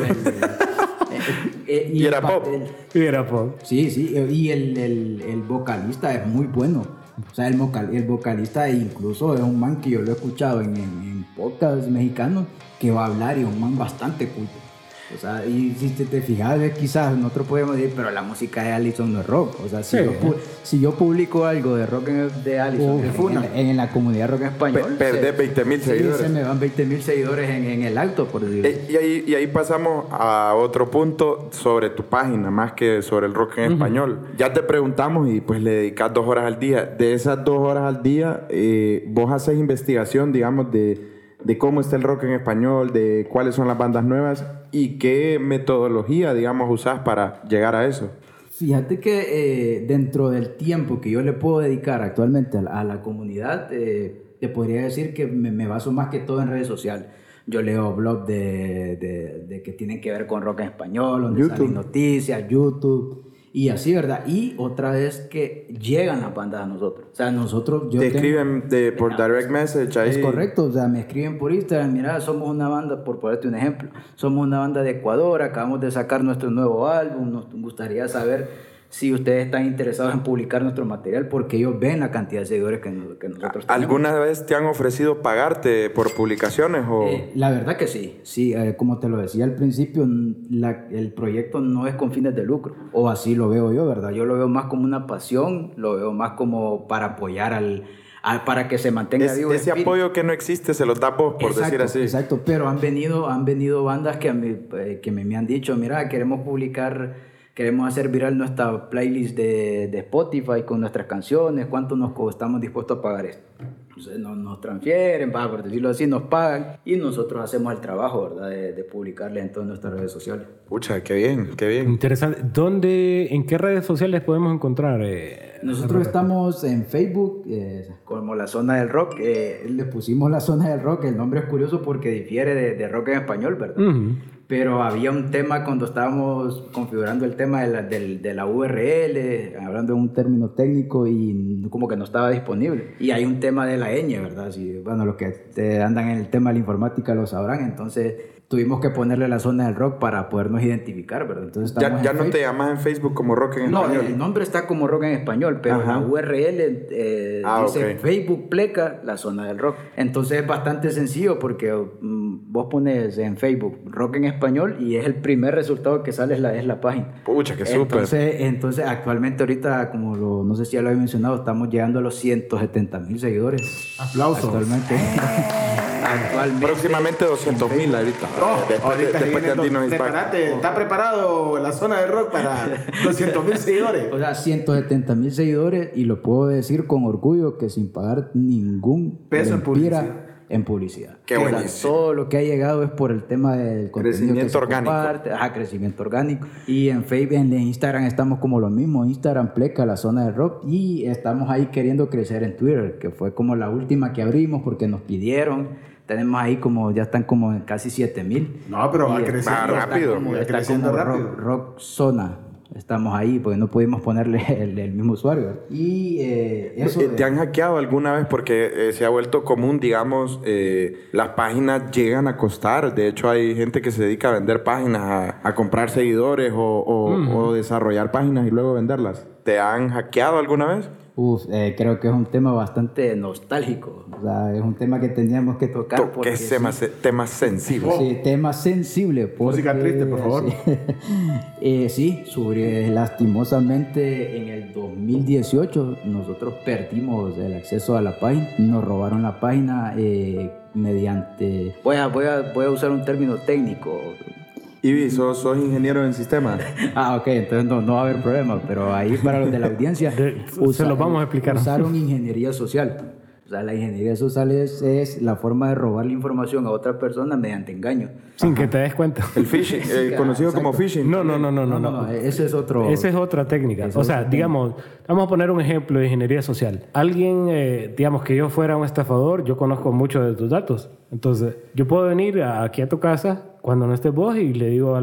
Y era pop. Sí, y el vocalista es muy bueno. O sea, el vocalista incluso es un man que yo lo he escuchado en podcasts mexicanos que va a hablar y es un man bastante culto. O sea, y si te fijas, quizás nosotros podemos decir, pero la música de Allison no es rock. O sea, si yo publico algo de rock de Allison en la comunidad rock en español, perdés 20,000 seguidores. Se me van 20,000 seguidores en el acto, por decirlo. Y ahí pasamos a otro punto sobre tu página, más que sobre el rock en español. Ya te preguntamos y pues le dedicas 2 horas al día. De esas 2 horas al día, vos haces investigación, digamos, de cómo está el rock en español, de cuáles son las bandas nuevas y qué metodología, digamos, usás para llegar a eso. Fíjate que dentro del tiempo que yo le puedo dedicar actualmente a la comunidad, te podría decir que me baso más que todo en redes sociales. Yo leo blogs de que tienen que ver con rock en español, donde salen noticias, YouTube... Y así, ¿verdad? Y otra vez que llegan las bandas a nosotros. O sea, te escriben por direct message ahí. Es correcto. O sea, me escriben por Instagram. Mira, somos una banda, por ponerte un ejemplo. Somos una banda de Ecuador. Acabamos de sacar nuestro nuevo álbum. Nos gustaría saber si ustedes están interesados en publicar nuestro material porque ellos ven la cantidad de seguidores que nosotros tenemos. ¿Alguna vez te han ofrecido pagarte por publicaciones? O? La verdad que sí. Sí, como te lo decía al principio, el proyecto no es con fines de lucro. O así lo veo yo, ¿verdad? Yo lo veo más como una pasión, lo veo más como para apoyar para que se mantenga vivo ese apoyo que no existe se lo da vos, por decir así. Exacto, pero han venido bandas que me han dicho, mira, queremos hacer viral nuestra playlist de Spotify con nuestras canciones, ¿cuánto estamos dispuestos a pagar esto? O pues, nos transfieren, por decirlo así, nos pagan y nosotros hacemos el trabajo, ¿verdad? De publicarles en todas nuestras redes sociales. Pucha, qué bien, qué bien. Interesante. ¿En qué redes sociales podemos encontrar? Nosotros estamos en Facebook como La Zona del Rock. Le pusimos La Zona del Rock. El nombre es curioso porque difiere de rock en español, ¿verdad? Uh-huh. Pero había un tema cuando estábamos configurando el tema de la URL, hablando de un término técnico y como que no estaba disponible. Y hay un tema de la ñ, ¿verdad? Si, bueno, los que andan en el tema de la informática lo sabrán. Entonces tuvimos que ponerle La Zona del Rock para podernos identificar, ¿verdad? Entonces ya no te llamas en Facebook como Rock en Español. No, el nombre está como Rock en Español, pero la URL dice Facebook Pleca La Zona del Rock. Entonces es bastante sencillo porque vos pones en Facebook Rock en Español y es el primer resultado que sale es la página. Pucha, qué súper. Entonces actualmente ahorita, como no sé si ya lo había mencionado, estamos llegando a los 170,000 seguidores. Aplausos. Actualmente. Próximamente 200,000 ahorita. Después de Andino Prepárate, ¿está preparado La Zona del Rock para 200,000 seguidores? O sea, 170,000 seguidores y lo puedo decir con orgullo que sin pagar ningún peso en publicidad. Qué buenísimo. Todo lo que ha llegado es por el tema del contenido crecimiento orgánico. Crecimiento orgánico. Y en Facebook, en Instagram estamos como lo mismo. Instagram Pleca La Zona del Rock y estamos ahí queriendo crecer en Twitter, que fue como la última que abrimos porque nos pidieron. Tenemos ahí ya están como en casi 7,000. No, pero va creciendo rápido. Está como rock Zona. Estamos ahí porque no pudimos ponerle el mismo usuario. Y eso... ¿Te han hackeado alguna vez? Porque se ha vuelto común, digamos, las páginas llegan a costar. De hecho, hay gente que se dedica a vender páginas, a comprar seguidores o desarrollar páginas y luego venderlas. ¿Te han hackeado alguna vez? Creo que es un tema bastante nostálgico. O sea, es un tema que teníamos que tocar. Que es tema sensible. Sí, tema sensible. Música triste, por favor. Sí, lastimosamente en el 2018 nosotros perdimos el acceso a la página. Nos robaron la página mediante... Voy a usar un término técnico. Ivy, sos ingeniero en sistemas. Ok, entonces no va a haber problema, pero ahí para los de la audiencia se los vamos a explicar. Usaron ingeniería social. O sea, la ingeniería social es la forma de robar la información a otra persona mediante engaño. Sin que te des cuenta. El phishing, conocido como phishing. No, ese es otro... Esa es otra técnica. O sea, digamos, vamos a poner un ejemplo de ingeniería social. Alguien, digamos que yo fuera un estafador, yo conozco mucho de tus datos. Entonces, yo puedo venir aquí a tu casa cuando no estés vos y le digo a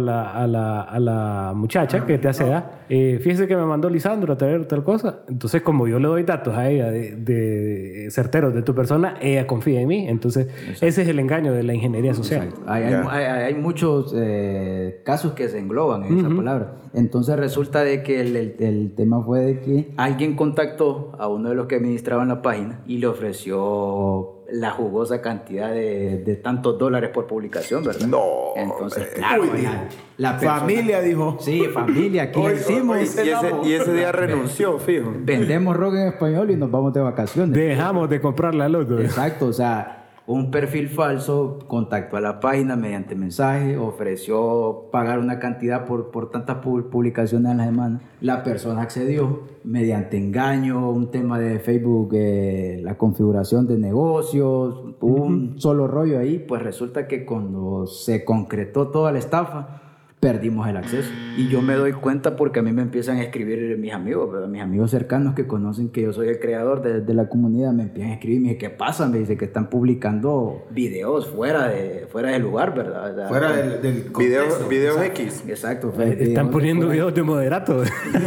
la muchacha que te hace fíjese que me mandó Lisandro a traer tal cosa. Entonces, como yo le doy datos a ella de certeros de tu persona, ella confía en mí. Entonces, ese es el engaño de la ingeniería social. Hay muchos casos que se engloban en esa palabra. Entonces, resulta de que el tema fue de que alguien contactó a uno de los que administraban la página y le ofreció la jugosa cantidad de tantos dólares por publicación, ¿verdad? No. Entonces, claro, la familia dijo. Sí, familia, aquí hicimos. Y ese día renunció, fijo. Vendemos rock en español y nos vamos de vacaciones. Dejamos de comprar la loto. Exacto, o sea, un perfil falso contactó a la página mediante mensaje, ofreció pagar una cantidad por tantas publicaciones a la semana. La persona accedió mediante engaño, un tema de Facebook, la configuración de negocios, un solo rollo ahí. Pues resulta que cuando se concretó toda la estafa, perdimos el acceso. Y yo me doy cuenta porque a mí me empiezan a escribir mis amigos, ¿verdad? Mis amigos cercanos que conocen que yo soy el creador de la comunidad, me empiezan a escribir, me dicen, ¿qué pasa? Me dice que están publicando videos fuera de lugar, ¿verdad? O sea, fuera del contexto. Videos X. Exacto. Están poniendo videos de moderato.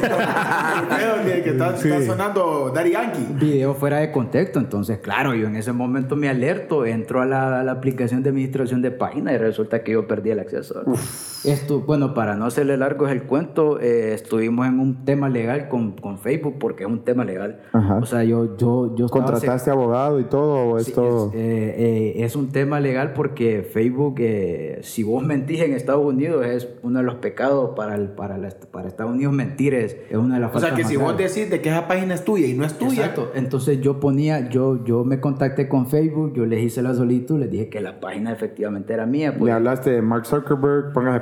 que está sonando Daddy Yankee. Video fuera de contexto. Entonces, claro, yo en ese momento me alerto, entro a la aplicación de administración de página y resulta que yo perdí el acceso. Bueno, para no hacerle largo el cuento, estuvimos en un tema legal con Facebook porque es un tema legal. Ajá. O sea, yo ¿Contrataste abogado y todo o es todo? Es un tema legal porque Facebook, si vos mentís en Estados Unidos, es uno de los pecados para Estados Unidos. Mentir es una de las faltas. O sea, que si vos decís de que esa página es tuya y no es tuya. Exacto. Entonces yo me contacté con Facebook, yo les hice la solicitud, les dije que la página efectivamente era mía. Pues. Le hablaste de Mark Zuckerberg, póngase pilas ahí.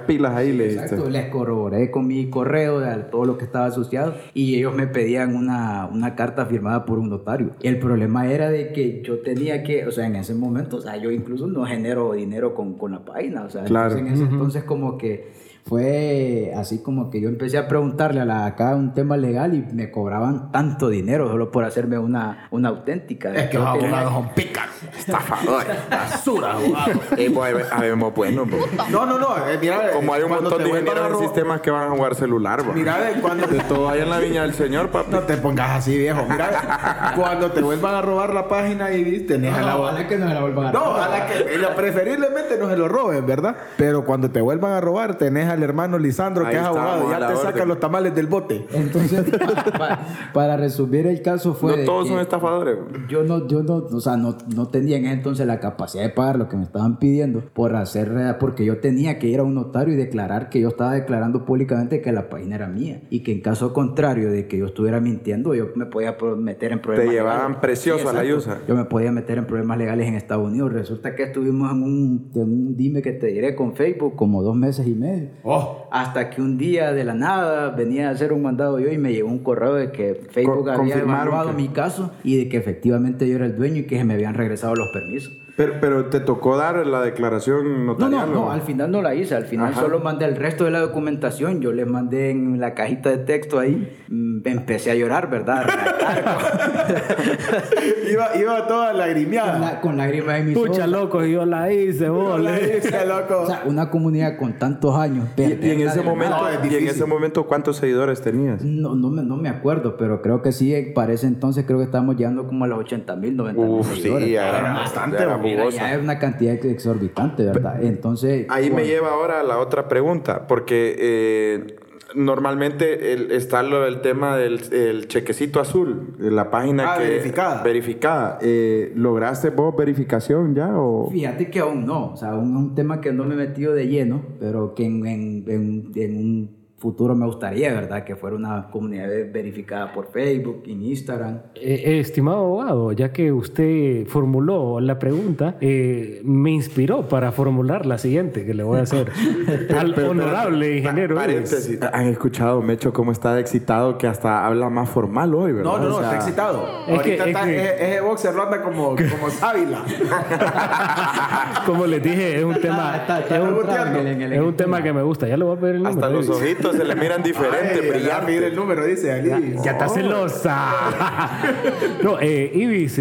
ahí, le dijiste. Exacto, les corroboré con mi correo de todo lo que estaba asociado y ellos me pedían una carta firmada por un notario. El problema era de que yo tenía que, o sea, en ese momento, o sea, yo incluso no genero dinero con la página, o sea, claro. entonces, en ese entonces como que fue así como que yo empecé a preguntarle acá un tema legal y me cobraban tanto dinero solo por hacerme una auténtica. Es que los abogados son pícaros, estafadores, basura, abogados. Habemos bueno, bro. No, mira, Como hay un montón de ingenieros en sistemas que van a jugar celular, bro. Mira, cuando De todo ahí en la viña del señor, papi. no te pongas así, viejo. Mira, cuando te vuelvan a robar la página y tenés al abogado. Ojalá que no me la vuelvan a No, robar. ojalá que preferiblemente no se lo roben, ¿verdad? Pero cuando te vuelvan a robar, tenés al hermano Lisandro, Ahí que es abogado, estamos, a ya la te orden. sacan los tamales del bote. Entonces, para resumir el caso fue No de todos que son estafadores, bro. yo no, o sea, no tenía en ese entonces la capacidad de pagar lo que me estaban pidiendo porque yo tenía que ir a un notario y declarar que yo estaba declarando públicamente que la página era mía y que en caso contrario de que yo estuviera mintiendo, yo me podía meter en problemas Te llevaban legales. precioso a la exacto. yusa. Yo me podía meter en problemas legales en Estados Unidos. Resulta que estuvimos en un dime que te diré con Facebook como 2 meses y medio. Oh. Hasta que un día de la nada venía a hacer un mandado yo y me llegó un correo de que Facebook había confirmaron evaluado que- mi caso y de que efectivamente yo era el dueño y que se me habían regresado los permisos. Pero te tocó dar la declaración notarial. No, al final no la hice, al final Ajá. solo mandé el resto de la documentación, yo les mandé en la cajita de texto ahí, empecé a llorar, ¿verdad? Iba toda lagrimeada. con lágrimas en mis Pucha, ojos. loco, yo la hice, vos. Dice, loco. O sea, una comunidad con tantos años. Y en perderla ese de la momento, nada. es y en difícil. ese momento, ¿cuántos seguidores tenías? No me acuerdo, pero creo que sí, para ese entonces creo que estábamos llegando como a los 80,000, 90,000 Uf, sí, seguidores. ya Era era bastante, ya era hombre, Era jugosa. ya es una cantidad exorbitante, ¿verdad? Entonces... Ahí me bueno, lleva ahora a la otra pregunta, porque normalmente está el tema del chequecito azul, de la página verificada. ¿Lograste vos verificación ya? O? Fíjate que aún no, o sea, un tema que no me he metido de lleno, pero que en un futuro me gustaría, ¿verdad? Que fuera una comunidad verificada por Facebook, en Instagram. Estimado abogado, ya que usted formuló la pregunta, me inspiró para formular la siguiente que le voy a hacer al honorable ingeniero. Paréntesis. Han escuchado, Mecho, cómo está excitado, que hasta habla más formal hoy, ¿verdad? No, O sea, está excitado. Es que- Ahorita es que- ese boxer lo anda como Sábila. Como les dije, es un tema, Está es un, reboteando. es un tema que me gusta. Ya le voy a pedir el número. hasta los David. ojitos se le miran diferentes, Mira brillantes. el número, dice Ali. Ya está celosa. No, Ibis,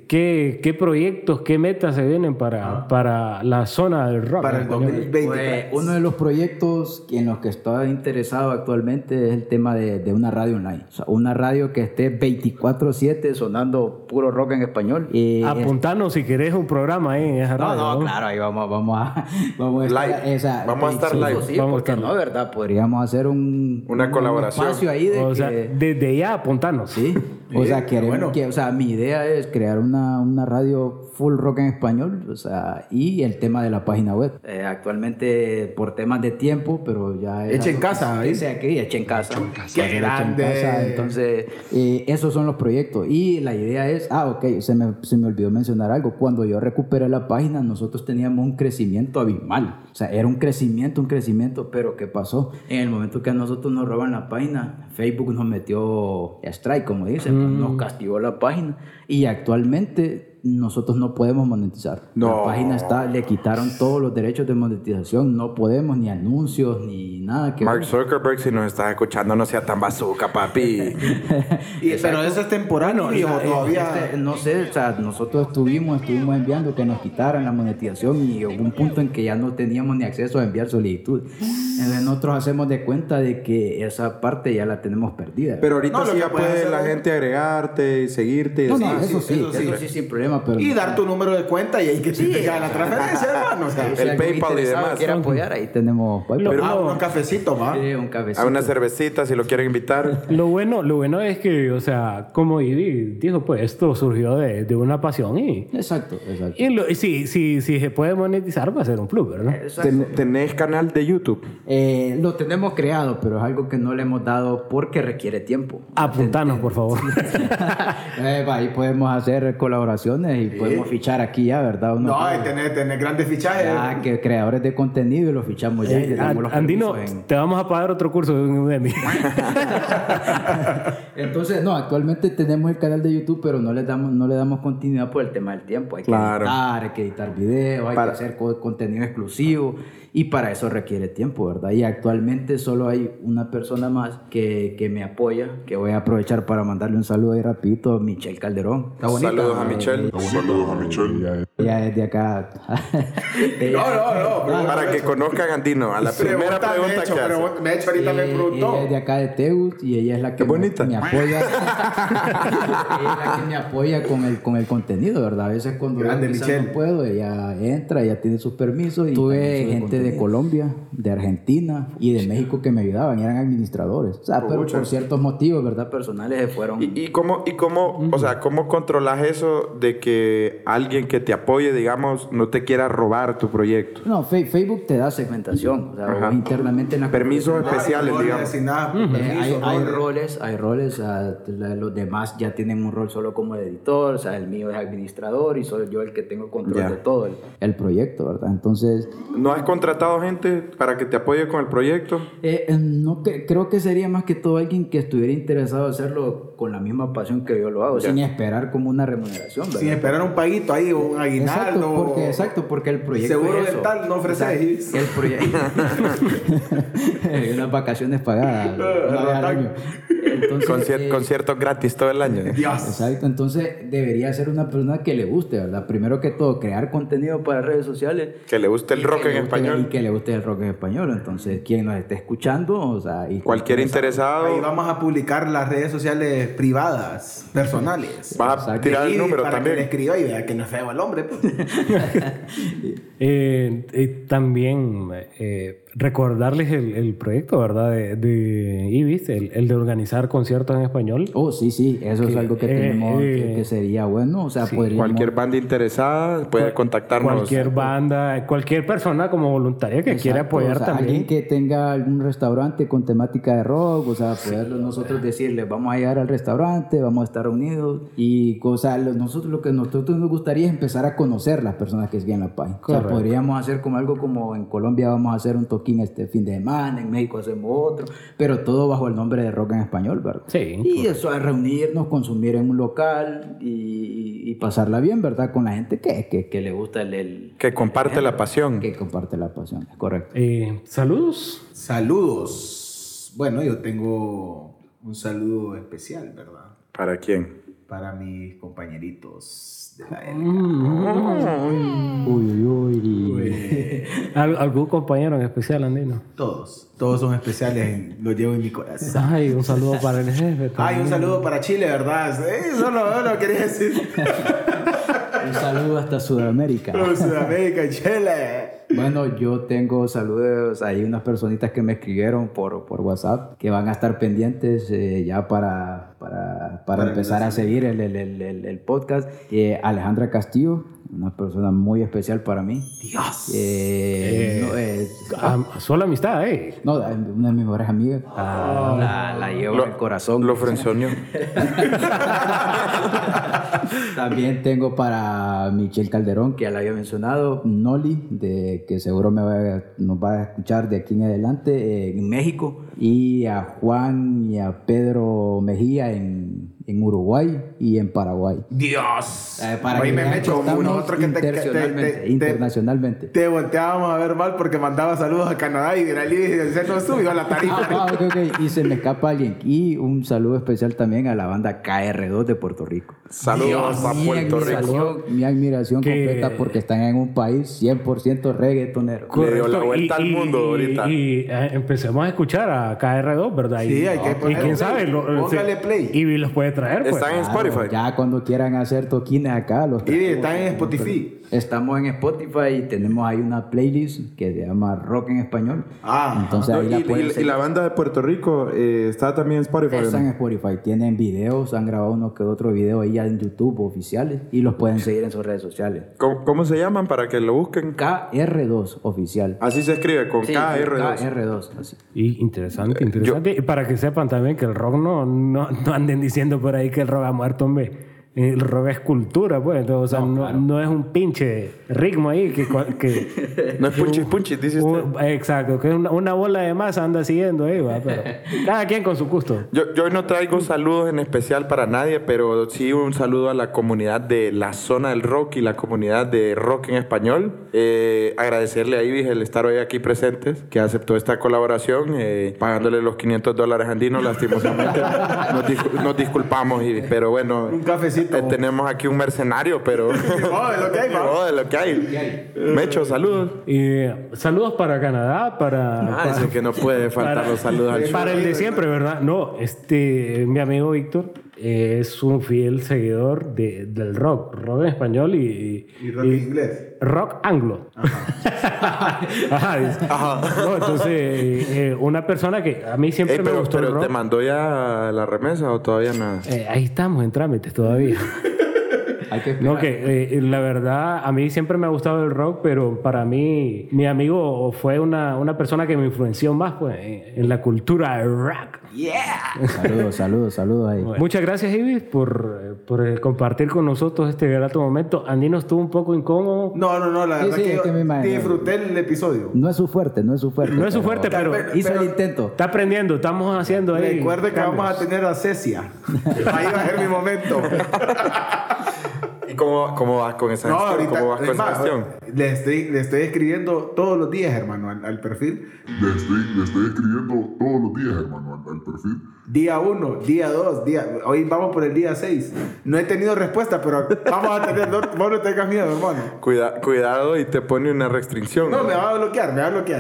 ¿qué proyectos, qué metas se vienen para la zona del rock? Para el 2020. Pues, uno de los proyectos en los que estoy interesado actualmente es el tema de una radio online. O sea, una radio que esté 24/7 sonando puro rock en español. Apuntanos si querés un programa ahí en esa radio. No, claro, ahí vamos a Live. estar, Vamos a estar sí, live. Sí, Vamos a porque estar no, ¿verdad? Podríamos hacer Una colaboración. un espacio ahí de O sea, que... desde ya apuntanos. Sí, o sea, queremos bueno. o sea, mi idea es crear una radio full rock en español, o sea, y el tema de la página web. Actualmente por temas de tiempo, pero ya... Hecha en casa, ¿eh? Ese aquí, hecha en casa. ¡Qué grande! Entonces, esos son los proyectos. Y la idea es, ok, se me olvidó mencionar algo. Cuando yo recuperé la página, nosotros teníamos un crecimiento abismal. O sea, era un crecimiento, pero ¿qué pasó? En el momento que a nosotros nos roban la página, Facebook nos metió strike, como dicen, nos castigó la página y actualmente nosotros no podemos monetizar. No. La página le quitaron todos los derechos de monetización, no podemos ni anuncios ni nada que Mark ver. Zuckerberg, si nos estás escuchando, no sea tan bazooka, papi. Pero eso es temporal, viejo, todavía. No sé, o sea, nosotros estuvimos enviando que nos quitaran la monetización y hubo un punto en que ya no teníamos ni acceso a enviar solicitud. Entonces nosotros hacemos de cuenta de que esa parte ya la tenemos perdida. Pero ahorita No, lo sí que ya puedes puede hacer la es- gente agregarte y seguirte. Y no, así. eso sí, eso sí. sin problema. Pero Y dar tu número de cuenta y ahí que te llega la transferencia, hermano. O sea, el algún PayPal y interesado demás. quiere apoyar, ahí tenemos PayPal. unos cafecitos, va. Un cafecito. A una cervecita, si lo quieren invitar. Lo bueno es que, o sea, como Ivy dijo, pues esto surgió de una pasión y Exacto. y si se puede monetizar va a ser un plus, ¿verdad? ¿Tenés canal de YouTube? Lo tenemos creado, pero es algo que no le hemos dado porque requiere tiempo. Apuntanos, por favor. Ahí podemos hacer colaboraciones colaboraciones y podemos fichar aquí ya, ¿verdad? No, tener grandes fichajes. Ya, que creadores de contenido y los fichamos ya. Y le damos los Andino, te vamos a pagar otro curso de Udemy. Entonces, no, actualmente tenemos el canal de YouTube, pero no le damos continuidad por el tema del tiempo. Hay que editar, hay que editar videos, hay que hacer contenido exclusivo. Y para eso requiere tiempo, ¿verdad? Y actualmente solo hay una persona más que me apoya, que voy a aprovechar para mandarle un saludo ahí rapidito, Michelle Calderón. Está bonita. Saludos a Michelle. Saludos a Michelle. Ella es de acá. No. Para que conozcan a Andino, a la primera pregunta que hace. Me he hecho ahorita, me preguntó. Ella es de acá de Tegus y ella es la que me apoya. Ella es la que me apoya con el contenido, ¿verdad? A veces cuando Grande, no puedo, ella entra, ella tiene sus permisos. Y tuve gente de Colombia, de Argentina y de México que me ayudaban, eran administradores. O sea, pero por ciertos motivos, ¿verdad? Personales se fueron. ¿Y cómo, o sea, cómo controlas eso de que alguien que te apoye, digamos, no te quiera robar tu proyecto? No, Facebook te da segmentación, o sea, internamente en la permisos especiales, digamos. Hay roles, o sea, los demás ya tienen un rol solo como editor, o sea, el mío es administrador y soy yo el que tengo control de todo el proyecto, ¿verdad? Entonces... ¿No has contratado gente para que te apoye con el proyecto? No, creo que sería más que todo alguien que estuviera interesado en hacerlo con la misma pasión que yo lo hago, sin esperar como una remuneración, ¿verdad? Sin esperar un paguito ahí, un aguinaldo. Exacto, porque el proyecto seguro es eso. dental no ofreces. El proyecto... unas vacaciones pagadas una vez al año. Entonces, conciertos gratis todo el año. Dios. Exacto, entonces debería ser una persona que le guste, ¿verdad? Primero que todo, crear contenido para redes sociales. Que le guste el rock en español. Y que le guste el rock en español. Entonces, quien nos esté escuchando, o sea... Y cualquier interesado. Ahí vamos a publicar las redes sociales privadas, personales. Vas a tirar el número para también. Que le escriba y vea que no es feo el hombre. Pues. También recordarles el proyecto, ¿verdad? De Ibis, el de organizar conciertos en español. Oh, sí, eso es algo que tenemos que sería bueno. O sea, podríamos... Cualquier banda interesada puede contactarnos. Cualquier banda, cualquier persona como voluntaria que quiera apoyar, o sea, también. Alguien que tenga algún restaurante con temática de rock, o sea, poderlo nosotros decirle, vamos a llegar al restaurante, vamos a estar reunidos. Y, o sea, lo que a nosotros nos gustaría es empezar a conocer las personas que siguen la página. Correcto. O sea, podríamos hacer como algo como en Colombia vamos a hacer un toquín este fin de semana, en México hacemos otro, pero todo bajo el nombre de Rock en Español, ¿verdad? Sí. Y correcto. Eso es reunirnos, consumir en un local y pasarla bien, ¿verdad? Con la gente que le gusta que comparte la pasión. Que comparte la pasión, es correcto. ¿Saludos? Saludos. Bueno, yo tengo un saludo especial, ¿verdad? ¿Para quién? Para mis compañeritos de la Uy. ¿Algún compañero en especial, Andino? Todos son especiales, los llevo en mi corazón. Ay, un saludo para el jefe también. Ay, un saludo para Chile, ¿verdad? Solo quería decir. Un saludo hasta Sudamérica. Sudamérica, Chile. Bueno, yo tengo saludos, hay unas personitas que me escribieron por WhatsApp que van a estar pendientes ya para empezar a seguir el podcast. Alejandra Castillo, una persona muy especial para mí. Dios. Solo amistad, ¿eh? No, una de mis mejores amigas. La llevo en el corazón. Lo frenzoneó. También tengo para Michelle Calderón, que ya la había mencionado, Noli, que seguro nos va a escuchar de aquí en adelante, en México, y a Juan y a Pedro Mejía en Uruguay y en Paraguay. Dios. Para hoy que me echo como uno otro que internacionalmente. Te volteábamos a ver mal porque mandaba saludos a Canadá y de la Liga se nos subió a la tarifa. Okay. Y se me escapa alguien. Y un saludo especial también a la banda KR2 de Puerto Rico. Saludos a Puerto Rico. Mi admiración completa porque están en un país 100% reggaetonero. Le dio la vuelta al mundo ahorita. Y empecemos a escuchar a KR2, ¿verdad? Sí, hay que ponerle. Y quién sabe, póngale play. Y los puede traer. Pues. Están en Spotify. Ya cuando quieran hacer toquines acá, los traemos. Y están en Spotify. Estamos en Spotify y tenemos ahí una playlist que se llama Rock en Español. Entonces ahí y la banda de Puerto Rico está también en Spotify. Está en Spotify. Tienen videos, han grabado uno que otro video ahí en YouTube oficiales y los pueden seguir en sus redes sociales. ¿Cómo se llaman para que lo busquen? KR2 oficial. Así se escribe, con KR2. KR2, así. Y interesante. Y para que sepan también que el rock no anden diciendo por ahí que el rock ha muerto, hombre. El rock es cultura, pues. Entonces, o sea, no es un pinche ritmo ahí que no es punchis, dice usted. Exacto, que es una bola de masa anda siguiendo ahí, va. Pero cada quien con su gusto. Yo hoy no traigo saludos en especial para nadie, pero sí un saludo a la comunidad de la zona del rock y la comunidad de rock en español. Agradecerle a Ibis el estar hoy aquí presentes, que aceptó esta colaboración, pagándole los $500 andinos, lastimosamente. Nos disculpamos, Ibis, pero bueno. Un cafecito. Tenemos aquí un mercenario, pero... de lo que hay, de lo que hay. Mecho, saludos. Y saludos para Canadá, para ese que no puede faltar los saludos al show. para el de siempre, ¿verdad? No, mi amigo Víctor es un fiel seguidor del rock en español y rock en inglés. Rock anglo. Ajá. No, entonces, una persona que a mí siempre me gustó el rock. ¿Pero te mandó ya la remesa o todavía nada? Ahí estamos en trámites todavía. Hay que esperar. No, que la verdad, a mí siempre me ha gustado el rock, pero para mí, mi amigo fue una persona que me influenció más, pues, en la cultura del rock. Yeah. Saludos ahí. Bueno, muchas gracias, Ibis, por compartir con nosotros este grato momento. Andino estuvo un poco incómodo. No, la verdad es que me imagino. Disfruté el episodio. No es su fuerte. No es su fuerte, pero hizo el intento. Está aprendiendo, estamos haciendo ahí. Recuerde que vamos a tener a Cecia. Ahí va a ser mi momento. ¿Y cómo vas con esa gestión? Ahorita, ¿Cómo vas con esa gestión? Le estoy escribiendo todos los días, hermano, al perfil. Le estoy escribiendo todos los días, hermano, al perfil. Día 1, día 2, hoy vamos por el día 6. No he tenido respuesta, pero vamos a tener... Vos no tengas miedo, hermano. Cuidado y te pone una restricción. No, me va a bloquear.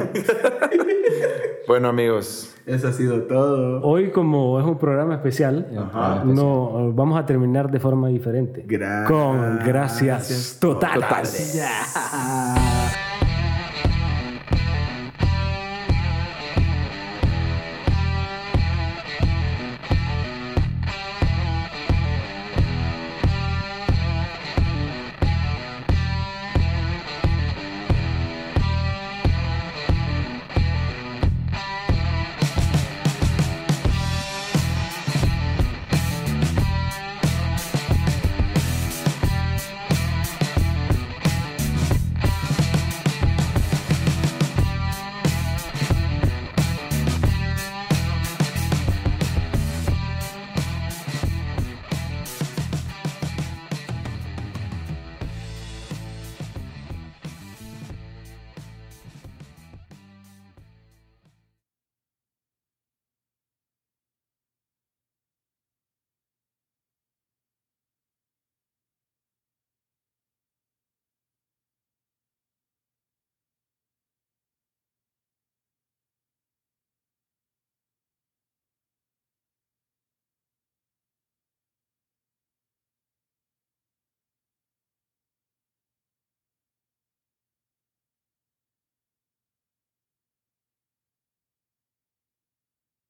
Bueno, amigos. Eso ha sido todo. Hoy, como es un programa especial, vamos a terminar de forma diferente. Con gracias totales. Yeah.